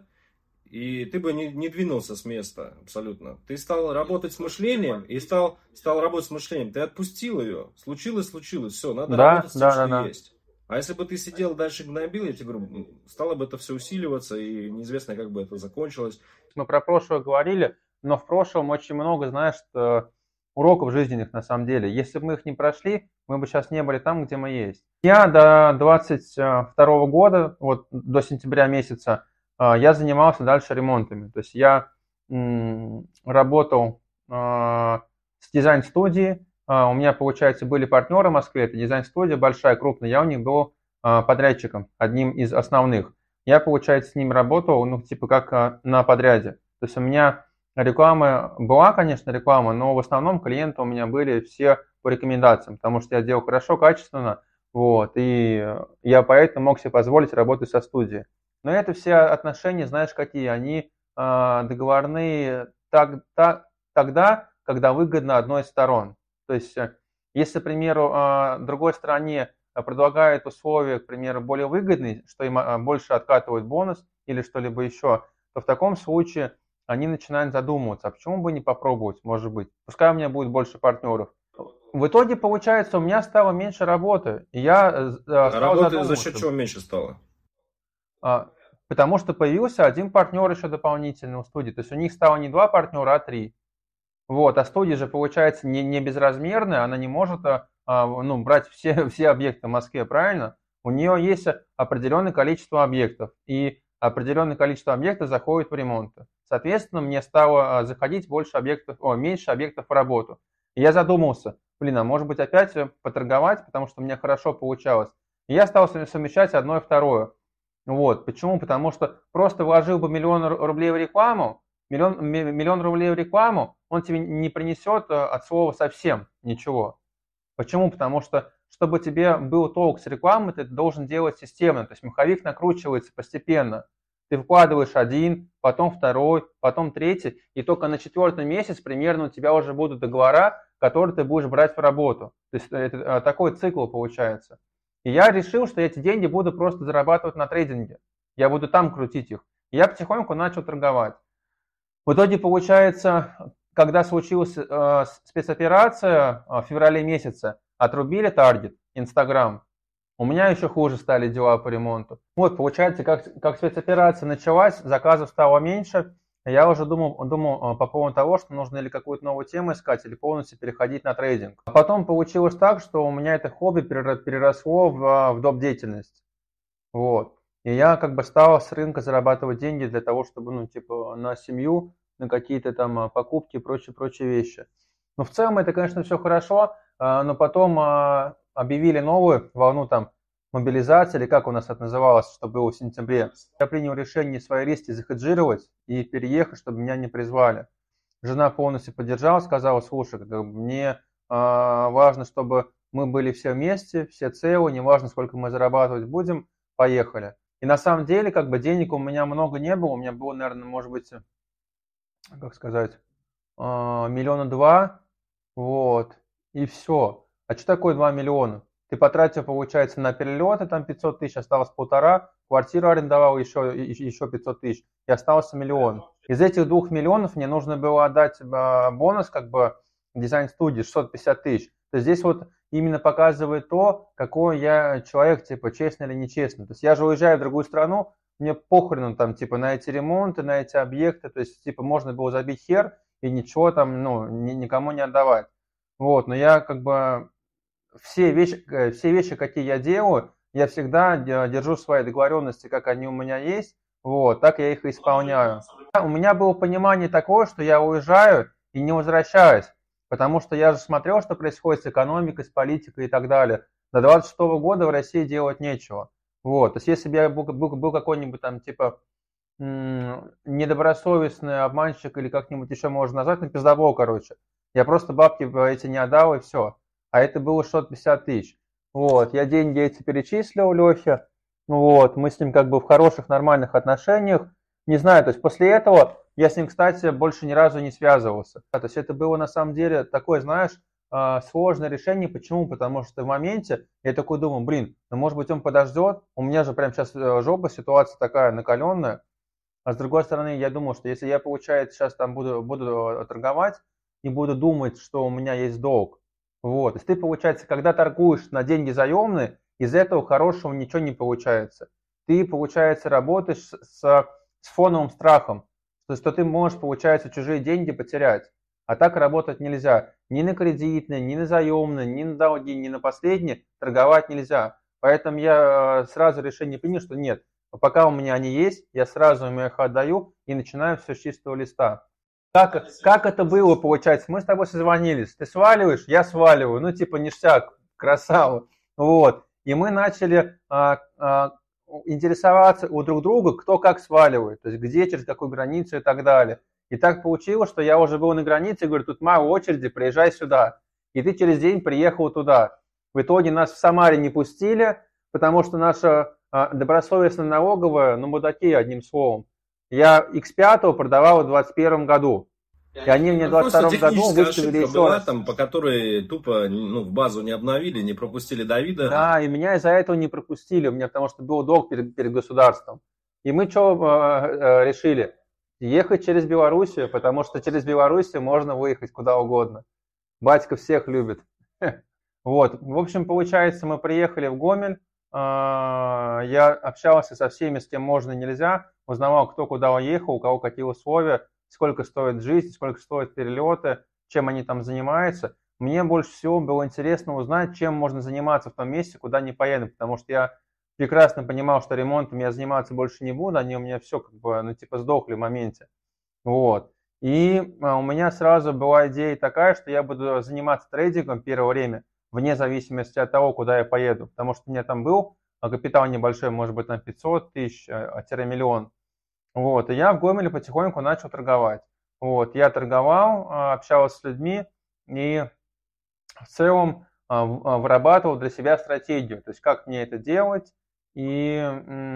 И ты бы не, не двинулся с места абсолютно. Ты стал работать с мышлением и стал, стал работать с мышлением. Ты отпустил ее. Случилось, случилось. Все, надо Да, работать с да, тем, да, что да. есть. А если бы ты сидел дальше гнобил, я тебе говорю, стало бы это все усиливаться, и неизвестно, как бы это закончилось. Мы про прошлое говорили, но в прошлом очень много, знаешь, уроков жизненных на самом деле. Если бы мы их не прошли, мы бы сейчас не были там, где мы есть. Я до двадцать второго года, вот до сентября месяца, я занимался дальше ремонтами. То есть я м, работал э, с дизайн-студией. Э, у меня, получается, были партнеры в Москве. Это дизайн-студия большая, крупная. Я у них был э, подрядчиком, одним из основных. Я, получается, с ними работал, ну, типа как э, на подряде. То есть у меня реклама была, конечно, реклама, но в основном клиенты у меня были все по рекомендациям, потому что я делал хорошо, качественно. Вот, и я поэтому мог себе позволить работать со студией. Но это все отношения, знаешь, какие? Они э, договорные так, так, тогда, когда выгодно одной из сторон. То есть, если, к примеру, э, другой стороне предлагают условия, к примеру, более выгодные, что им э, больше откатывают бонус или что-либо еще, то в таком случае они начинают задумываться, а почему бы не попробовать, может быть. Пускай у меня будет больше партнеров. В итоге, получается, у меня стало меньше работы. И я э, а стал работы за счет чего меньше стало? Потому что появился один партнер еще дополнительный у студии. То есть у них стало не два партнера, а три. Вот, а студия же, получается, не, не безразмерная, она не может а, ну, брать все, все объекты в Москве, правильно? У нее есть определенное количество объектов, и определенное количество объектов заходит в ремонт. Соответственно, мне стало заходить больше объектов, о, меньше объектов в работу. И я задумался, блин, а может быть опять поторговать, потому что у меня хорошо получалось. И я стал совмещать одно и второе. Вот. Почему? Потому что просто вложил бы миллион рублей в рекламу, миллион, миллион рублей в рекламу, он тебе не принесет от слова совсем ничего. Почему? Потому что, чтобы тебе был толк с рекламы, ты должен делать системно. То есть маховик накручивается постепенно. Ты вкладываешь один, потом второй, потом третий, и только на четвертый месяц примерно у тебя уже будут договора, которые ты будешь брать в работу. То есть это такой цикл получается. И я решил, что эти деньги буду просто зарабатывать на трейдинге. Я буду там крутить их. И я потихоньку начал торговать. В итоге, получается, когда случилась э, спецоперация э, в феврале месяце, отрубили таргет, Инстаграм. У меня еще хуже стали дела по ремонту. Вот, получается, как, как спецоперация началась, заказов стало меньше. Я уже думал, думал по поводу того, что нужно или какую-то новую тему искать, или полностью переходить на трейдинг. А потом получилось так, что у меня это хобби переросло в, в доп-деятельность. Вот. И я как бы стал с рынка зарабатывать деньги для того, чтобы, ну, типа, на семью, на какие-то там покупки и прочие-прочие вещи. Но в целом это, конечно, все хорошо, но потом объявили новую волну там мобилизации, или как у нас это называлось, что было в сентябре. Я принял решение свои риски захеджировать и переехать, чтобы меня не призвали. Жена полностью поддержала, сказала, слушай, как бы, мне важно, чтобы мы были все вместе, все целы, неважно, сколько мы зарабатывать будем, поехали. И на самом деле, как бы денег у меня много не было, у меня было, наверное, может быть, как сказать, а, миллиона два, вот, и все. А что такое два миллиона? Ты потратил, получается, на перелеты там пятьсот тысяч, осталось полтора, квартиру арендовал еще, еще пятьсот тысяч, и остался миллион. Из этих двух миллионов мне нужно было отдать а, бонус, как бы, дизайн-студии шестьсот пятьдесят тысяч. То есть здесь вот именно показывает то, какой я человек, типа, честный или нечестный. То есть я же уезжаю в другую страну, мне похрену там, типа, на эти ремонты, на эти объекты, то есть, типа, можно было забить хер и ничего там, ну, ни, никому не отдавать. Вот, но я, как бы, все вещи, все вещи, какие я делаю, я всегда держу свои договоренности, как они у меня есть, вот, так я их и исполняю. У меня было понимание такое, что я уезжаю и не возвращаюсь, потому что я же смотрел, что происходит с экономикой, с политикой и так далее. До двадцать шестого года в России делать нечего. Вот, то есть если бы я был, был, был какой-нибудь там, типа, недобросовестный обманщик или как-нибудь еще можно назвать, ну, пиздобол, короче. Я просто бабки эти не отдал и все. А это было шестьсот пятьдесят тысяч. Вот, я деньги эти перечислил Лехе. Вот, мы с ним как бы в хороших, нормальных отношениях. Не знаю, то есть после этого я с ним, кстати, больше ни разу не связывался. То есть это было на самом деле такое, знаешь, сложное решение. Почему? Потому что в моменте я такой думаю, блин, ну может быть он подождет. У меня же прямо сейчас жопа, ситуация такая накаленная. А с другой стороны, я думал, что если я, получается, сейчас там буду, буду торговать и буду думать, что у меня есть долг, вот, то есть ты, получается, когда торгуешь на деньги заемные, из этого хорошего ничего не получается. Ты, получается, работаешь с, с фоновым страхом, что, что ты можешь, получается, чужие деньги потерять. А так работать нельзя. Ни на кредитные, ни на заемные, ни на долги, ни на последние торговать нельзя. Поэтому я сразу решение принял, что нет. Пока у меня они есть, я сразу им их отдаю и начинаю все с чистого листа. Как, как это было, получается? Мы с тобой созвонились. Ты сваливаешь, я сваливаю. Ну, типа, ништяк, красава. Вот. И мы начали а, а, интересоваться у друг друга, кто как сваливает. То есть, где, через какую границу и так далее. И так получилось, что я уже был на границе и говорю, тут мало очереди, приезжай сюда. И ты через день приехал туда. В итоге нас в Самаре не пустили, потому что наша добросовестная налоговая, ну, мудаки, одним словом. Я икс пять продавал в двадцать первом году. И они мне в двадцать втором году выставили еще была, раз. Там, по которой тупо ну, в базу не обновили, не пропустили Давида. Да, и меня из-за этого не пропустили, у меня потому что был долг перед, перед государством. И мы что э, э, решили? Ехать через Белоруссию, потому что через Белоруссию можно выехать куда угодно. Батька всех любит. Вот, в общем, получается, мы приехали в Гомель. Я общался со всеми, с кем можно и нельзя, узнавал, кто куда уехал, у кого какие условия, сколько стоит жизнь, сколько стоят перелеты, чем они там занимаются. Мне больше всего было интересно узнать, чем можно заниматься в том месте, куда не поеду, потому что я прекрасно понимал, что ремонтом я заниматься больше не буду, они у меня все как бы, ну, типа, сдохли в моменте. Вот. И у меня сразу была идея такая, что я буду заниматься трейдингом первое время, вне зависимости от того, куда я поеду. Потому что у меня там был капитал небольшой, может быть, там пятьсот тысяч, миллион. Вот, и я в Гомеле потихоньку начал торговать. Вот, я торговал, общался с людьми и в целом вырабатывал для себя стратегию. То есть, как мне это делать. И,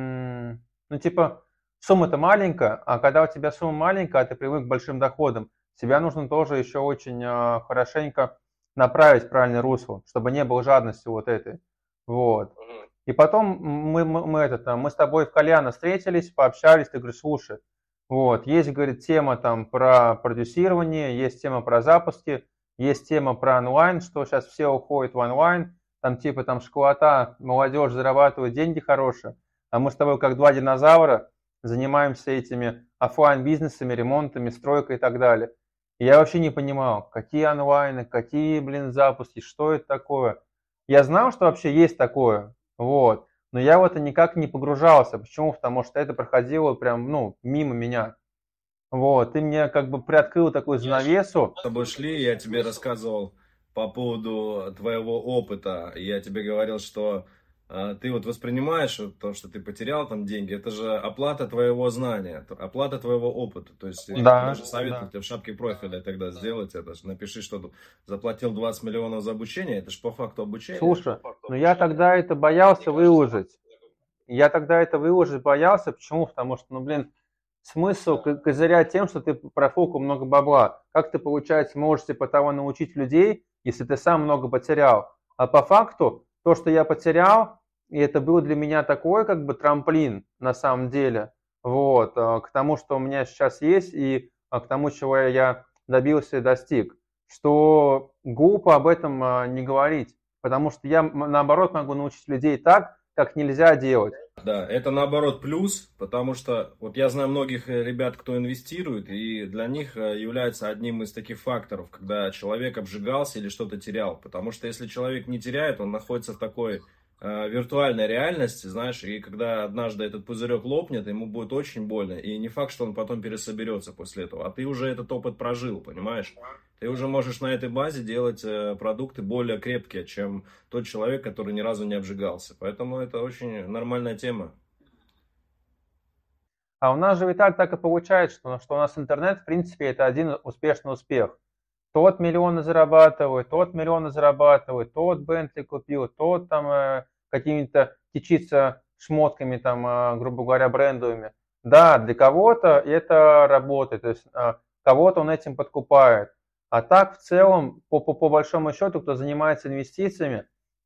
ну, типа, сумма-то маленькая, а когда у тебя сумма маленькая, а ты привык к большим доходам, тебя нужно тоже еще очень хорошенько направить в правильное русло, чтобы не было жадности вот этой. Вот. И потом мы, мы, мы, это, мы с тобой в Кальяно встретились, пообщались, ты говоришь, слушай, вот, есть, говорит, тема там про продюсирование, есть тема про запуски, есть тема про онлайн, что сейчас все уходят в онлайн, там типа там школота, молодежь зарабатывает деньги хорошие, а мы с тобой как два динозавра занимаемся этими офлайн-бизнесами, ремонтами, стройкой и так далее. И я вообще не понимал, какие онлайны, какие, блин, запуски, что это такое. Я знал, что вообще есть такое, вот, но я в это никак не погружался. Почему? Потому что это проходило прям, ну, мимо меня. Вот, ты мне как бы приоткрыл такую занавесу. Мы с тобой шли, я тебе рассказывал по поводу твоего опыта. Я тебе говорил, что э, ты вот воспринимаешь вот то, что ты потерял там деньги, это же оплата твоего знания, оплата твоего опыта. То есть я Да, даже советую да. тебе в шапке профиля тогда сделать это. Напиши, что заплатил двадцать миллионов за обучение, это же по факту обучения. Слушай, но я тогда это боялся выложить. Я тогда это выложить боялся. Почему? Потому что, ну, блин, смысл ко- козырять тем, что ты профукал много бабла. Как ты, получается, можешь типа того научить людей, если ты сам много потерял? А по факту, то, что я потерял, и это был для меня такой, как бы, трамплин, на самом деле, вот, а, к тому, что у меня сейчас есть, и а, к тому, чего я я добился и достиг, что глупо об этом а, не говорить, потому что я, м, наоборот, могу научить людей так, как нельзя делать. Да, это наоборот плюс, потому что вот я знаю многих э, ребят, кто инвестирует, и для них э, является одним из таких факторов, когда человек обжигался или что-то терял. Потому что если человек не теряет, он находится в такой э, виртуальной реальности, знаешь, и когда однажды этот пузырек лопнет, ему будет очень больно, и не факт, что он потом пересоберется после этого. А ты уже этот опыт прожил, понимаешь? Ты уже можешь на этой базе делать э, продукты более крепкие, чем тот человек, который ни разу не обжигался. Поэтому это очень нормальная тема. А у нас же и так так и получается, что, что у нас интернет, в принципе, это один успешный успех. Тот миллионы зарабатывает, тот миллионы зарабатывает, тот Бентли купил, тот там э, какими-то кичится шмотками, там, э, грубо говоря, брендовыми. Да, для кого-то это работает, то есть э, кого-то он этим подкупает. А так, в целом, по, по, по большому счету, кто занимается инвестициями,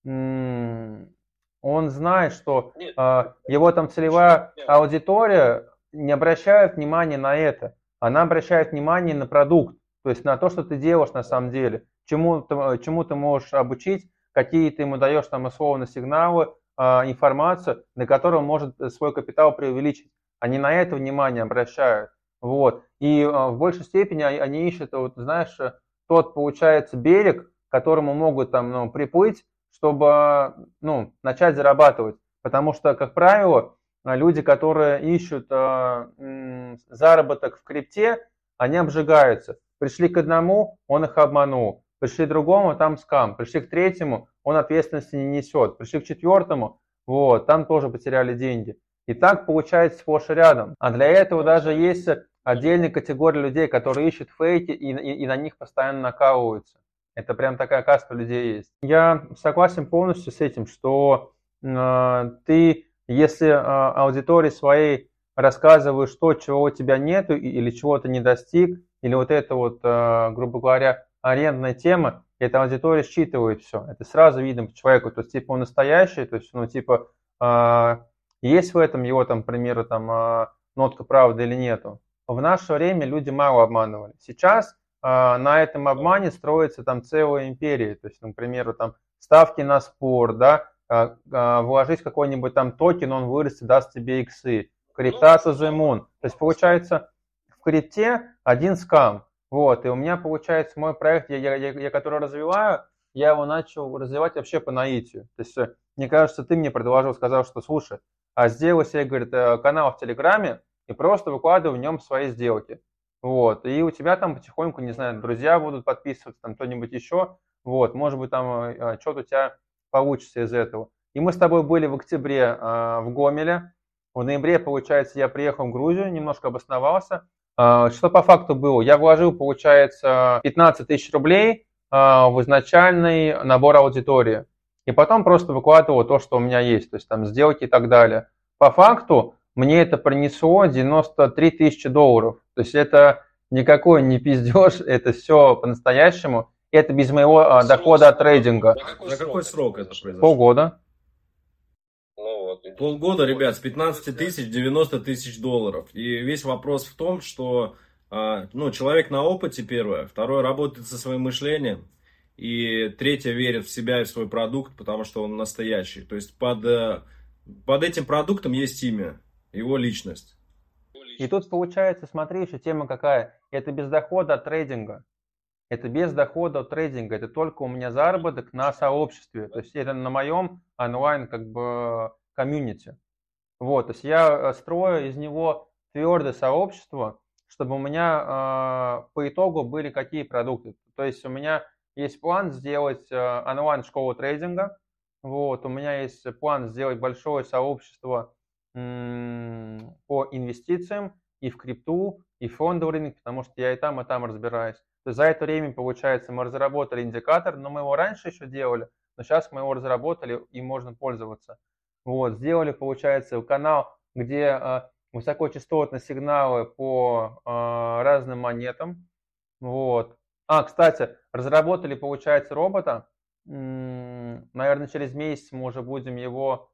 м, он знает, что э, его там целевая аудитория не обращает внимания на это. Она обращает внимание на продукт. То есть на то, что ты делаешь на самом деле, чему ты, чему ты можешь обучить, какие ты ему даешь там условно сигналы, а, информацию, на которую он может свой капитал преувеличить. Они на это внимание обращают. Вот. И а, в большей степени они, они ищут, вот, знаешь, тот, получается, берег, к которому могут там, ну, приплыть, чтобы, ну, начать зарабатывать. Потому что, как правило, люди, которые ищут а, м, заработок в крипте, они обжигаются. Пришли к одному, он их обманул. Пришли к другому, там скам. Пришли к третьему, он ответственности не несет. Пришли к четвертому, вот, там тоже потеряли деньги. И так получается сплошь и рядом. А для этого даже есть отдельная категория людей, которые ищут фейки и, и, и на них постоянно накалываются. Это прям такая каста людей есть. Я согласен полностью с этим, что э, ты, если э, аудитории своей рассказываешь то, чего у тебя нету или чего ты не достиг, или вот это вот, э, грубо говоря, арендная тема, эта аудитория считывает все. Это сразу видно по человеку. То есть, типа, он настоящий, то есть, ну, типа, э, есть в этом его, там, к примеру, там, э, нотка правды или нету. В наше время люди мало обманывали. Сейчас э, на этом обмане строится там целая империя. То есть, например, там, ставки на спорт, да, э, э, вложить какой-нибудь там токен, он вырастет, даст тебе иксы. Крипта to the moon. То есть, получается, в крипте один скам. Вот, и у меня, получается, мой проект, я, я, я, который развиваю, я его начал развивать вообще по наитию. То есть, мне кажется, ты мне предложил, сказал, что, слушай, а сделай себе, говорит, канал в Телеграме и просто выкладывай в нем свои сделки. Вот, и у тебя там потихоньку, не знаю, друзья будут подписываться, там кто-нибудь еще. Вот, может быть, там что-то у тебя получится из этого. И мы с тобой были в октябре в Гомеле. В ноябре, получается, я приехал в Грузию, немножко обосновался. Что по факту было? Я вложил, получается, пятнадцать тысяч рублей в изначальный набор аудитории. И потом просто выкладывал то, что у меня есть, то есть там сделки и так далее. По факту мне это принесло девяносто три тысячи долларов. То есть это никакой не пиздеж, это все по-настоящему. Это без моего дохода от трейдинга. За какой срок это произошло? Полгода. Полгода, ребят, с пятнадцати тысяч девяносто тысяч долларов. И весь вопрос в том, что ну, человек на опыте, первое. Второе, работает со своим мышлением. И третье, верит в себя и в свой продукт, потому что он настоящий. То есть под, под этим продуктом есть имя, его личность. И тут получается, смотри, еще тема какая. Это без дохода от трейдинга. Это без дохода от трейдинга. Это только у меня заработок на сообществе. То есть это на моем онлайн как бы комьюнити. Вот, то есть я строю из него твердое сообщество, чтобы у меня э, по итогу были какие продукты. То есть у меня есть план сделать э, онлайн-школу трейдинга. Вот, у меня есть план сделать большое сообщество м- по инвестициям и в крипту, и в фондовый рынок, потому что я и там, и там разбираюсь. То есть за это время, получается, мы разработали индикатор, но мы его раньше еще делали, но сейчас мы его разработали, и можно пользоваться. Вот, сделали, получается, канал, где э, высокочастотные сигналы по э, разным монетам. Вот. А, кстати, разработали, получается, робота. Наверное, через месяц мы уже будем его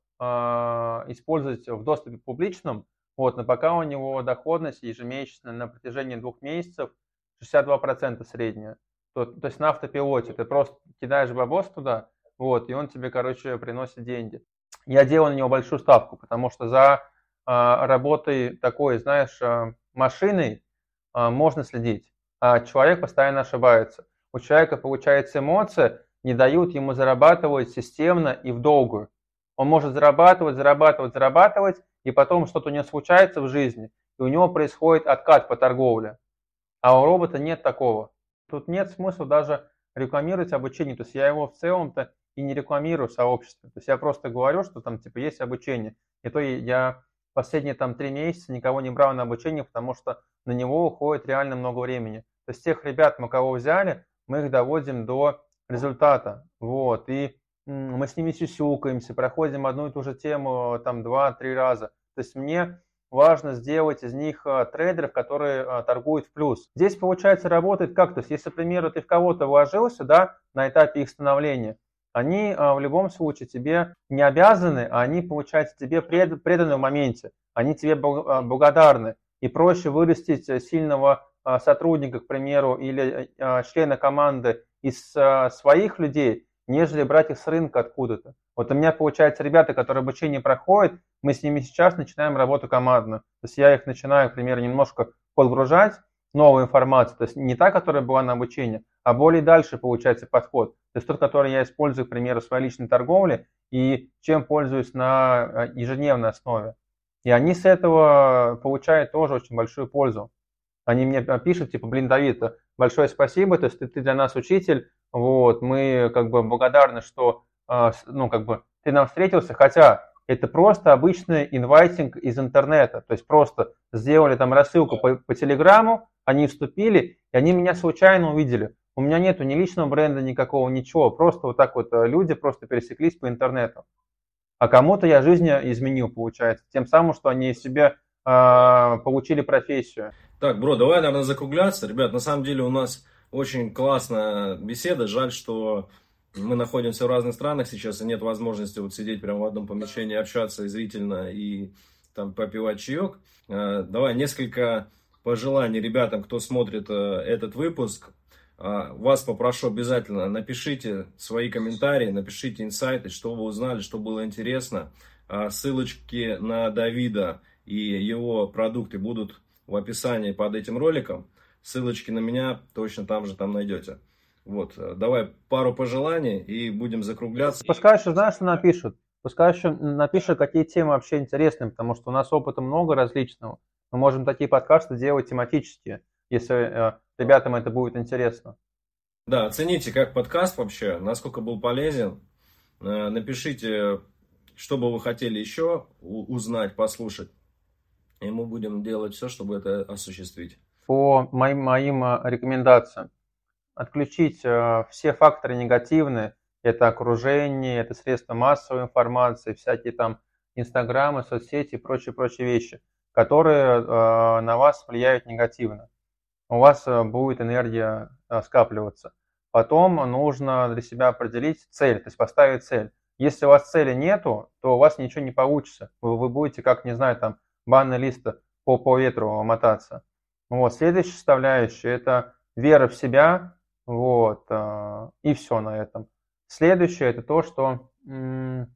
а, использовать в доступе публичном. Вот, но пока у него доходность ежемесячная на протяжении двух месяцев шестьдесят два процента средняя. То, то есть на автопилоте. Ты просто кидаешь бабос туда, вот, и он тебе, короче, приносит деньги. Я делаю на него большую ставку, потому что за а, работой такой, знаешь, а, машиной а, можно следить. А человек постоянно ошибается. У человека, получается, эмоции не дают ему зарабатывать системно и в долгую. Он может зарабатывать, зарабатывать, зарабатывать, и потом что-то у него случается в жизни, и у него происходит откат по торговле. А у робота нет такого. Тут нет смысла даже рекламировать обучение. То есть я его в целом-то и не рекламирую в сообществе. То есть я просто говорю, что там типа есть обучение. И то я последние там три месяца никого не брал на обучение, потому что на него уходит реально много времени. То есть тех ребят, мы кого взяли, мы их доводим до результата. Вот. И мы с ними сюсюкаемся, проходим одну и ту же тему там два-три раза. То есть мне важно сделать из них трейдеров, которые торгуют в плюс. Здесь, получается, работает как? То есть, если, к примеру, ты в кого-то вложился, да, на этапе их становления, они в любом случае тебе не обязаны, а они, получается, тебе преданы в моменте. Они тебе благодарны. И проще вырастить сильного сотрудника, к примеру, или члена команды из своих людей, нежели брать их с рынка откуда-то. Вот у меня, получается, ребята, которые обучение проходят, мы с ними сейчас начинаем работу командную. То есть я их начинаю, к примеру, немножко подгружать новую информацию. То есть не та, которая была на обучении, а более дальше, получается, подход. То есть тот, который я использую, к примеру, в своей личной торговле и чем пользуюсь на ежедневной основе. И они с этого получают тоже очень большую пользу. Они мне пишут, типа, блин, Давид, большое спасибо, то есть ты, ты для нас учитель, вот, мы как бы благодарны, что, ну, как бы ты нам встретился, хотя это просто обычный инвайтинг из интернета, то есть просто сделали там рассылку по, по телеграмму, они вступили, и они меня случайно увидели. У меня нету ни личного бренда никакого, ничего, просто вот так вот люди просто пересеклись по интернету. А кому-то я жизнь изменил, получается, тем самым, что они себе э, получили профессию. Так, бро, давай, наверное, закругляться. Ребят, на самом деле у нас очень классная беседа. Жаль, что мы находимся в разных странах сейчас, и нет возможности вот сидеть прямо в одном помещении, общаться и зрительно, и там попивать чаек. Давай несколько пожеланий ребятам, кто смотрит этот выпуск. Вас попрошу обязательно, напишите свои комментарии, напишите инсайты, что вы узнали, что было интересно. Ссылочки на Давида и его продукты будут в описании под этим роликом. Ссылочки на меня точно там же там найдете. Вот, давай пару пожеланий и будем закругляться. Пускай еще, знаешь, что напишут? Пускай еще напишут, какие темы вообще интересны, потому что у нас опыта много различного. Мы можем такие подкасты делать тематические, если э, ребятам это будет интересно. Да, оцените как подкаст вообще, насколько был полезен. Э, напишите, что бы вы хотели еще узнать, послушать. И мы будем делать все, чтобы это осуществить. По моим, моим рекомендациям. Отключить э, все факторы негативные. Это окружение, это средства массовой информации, всякие там инстаграмы, соцсети и прочие-прочие вещи, которые э, на вас влияют негативно. У вас э, будет энергия э, скапливаться. Потом нужно для себя определить цель, то есть поставить цель. Если у вас цели нету, то у вас ничего не получится. Вы, вы будете, как, не знаю, там, банный лист по, по ветру мотаться. Вот. Следующая составляющая – это вера в себя, вот, э, и все на этом. Следующее – это то, что м-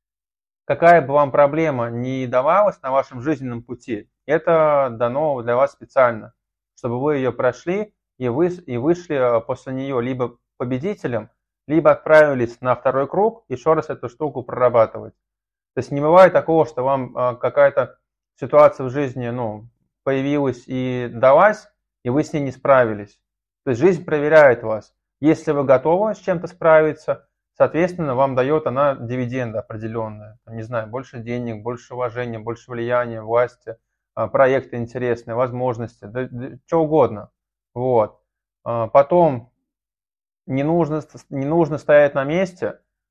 какая бы вам проблема ни давалась на вашем жизненном пути, это дано для вас специально, чтобы вы ее прошли и, вы, и вышли после нее либо победителем, либо отправились на второй круг, еще раз эту штуку прорабатывать. То есть не бывает такого, что вам какая-то ситуация в жизни, ну, появилась и далась, и вы с ней не справились. То есть жизнь проверяет вас. Если вы готовы с чем-то справиться, соответственно, вам дает она дивиденды определенные. Не знаю, больше денег, больше уважения, больше влияния, власти, проекты интересные, возможности, да, да, что угодно. Вот. Потом не нужно, не нужно стоять на месте,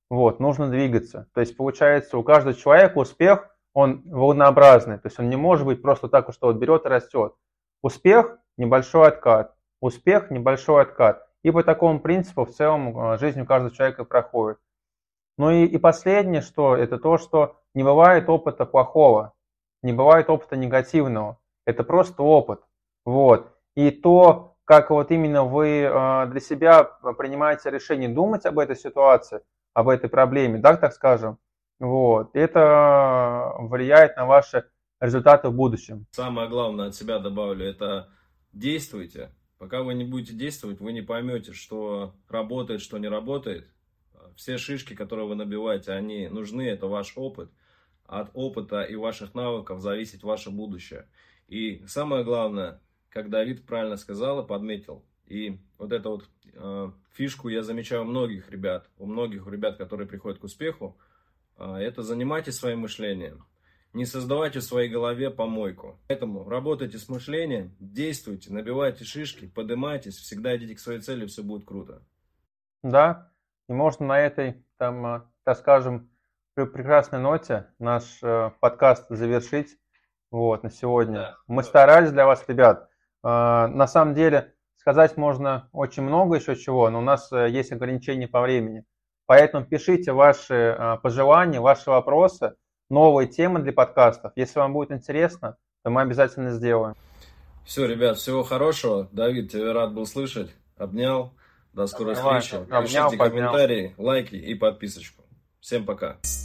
Вот, нужно двигаться. То есть, получается, у каждого человека успех, он волнообразный. То есть, он не может быть просто так, что вот берет и растет. Успех – небольшой откат. Успех – небольшой откат. И по такому принципу в целом жизнь у каждого человека проходит. Ну и, и последнее, что это то, что не бывает опыта плохого, не бывает опыта негативного. Это просто опыт. Вот. И то, как вот именно вы э, для себя принимаете решение думать об этой ситуации, об этой проблеме, да, так скажем, вот, это влияет на ваши результаты в будущем. Самое главное от себя добавлю, это действуйте. Пока вы не будете действовать, вы не поймете, что работает, что не работает. Все шишки, которые вы набиваете, они нужны, это ваш опыт. От опыта и ваших навыков зависит ваше будущее. И самое главное, как Давид правильно сказал и подметил, и вот эту вот э, фишку я замечаю у многих ребят, у многих ребят, которые приходят к успеху, э, это занимайтесь своим мышлением. Не создавайте в своей голове помойку. Поэтому работайте с мышлением, действуйте, набивайте шишки, поднимайтесь, всегда идите к своей цели, все будет круто. Да, и можно на этой, там, так скажем, прекрасной ноте наш э, подкаст завершить. Вот, на сегодня. Да, Мы да. старались для вас, ребят. Э, на самом деле, сказать можно очень много еще чего, но у нас э, есть ограничения по времени. Поэтому пишите ваши э, пожелания, ваши вопросы, новые темы для подкастов. Если вам будет интересно, то мы обязательно сделаем. Все, ребят, всего хорошего. Давид, тебя рад был слышать. Обнял. До скорой Давай, встречи. Обнял, Пишите комментарии, лайки и подписочку. Всем пока.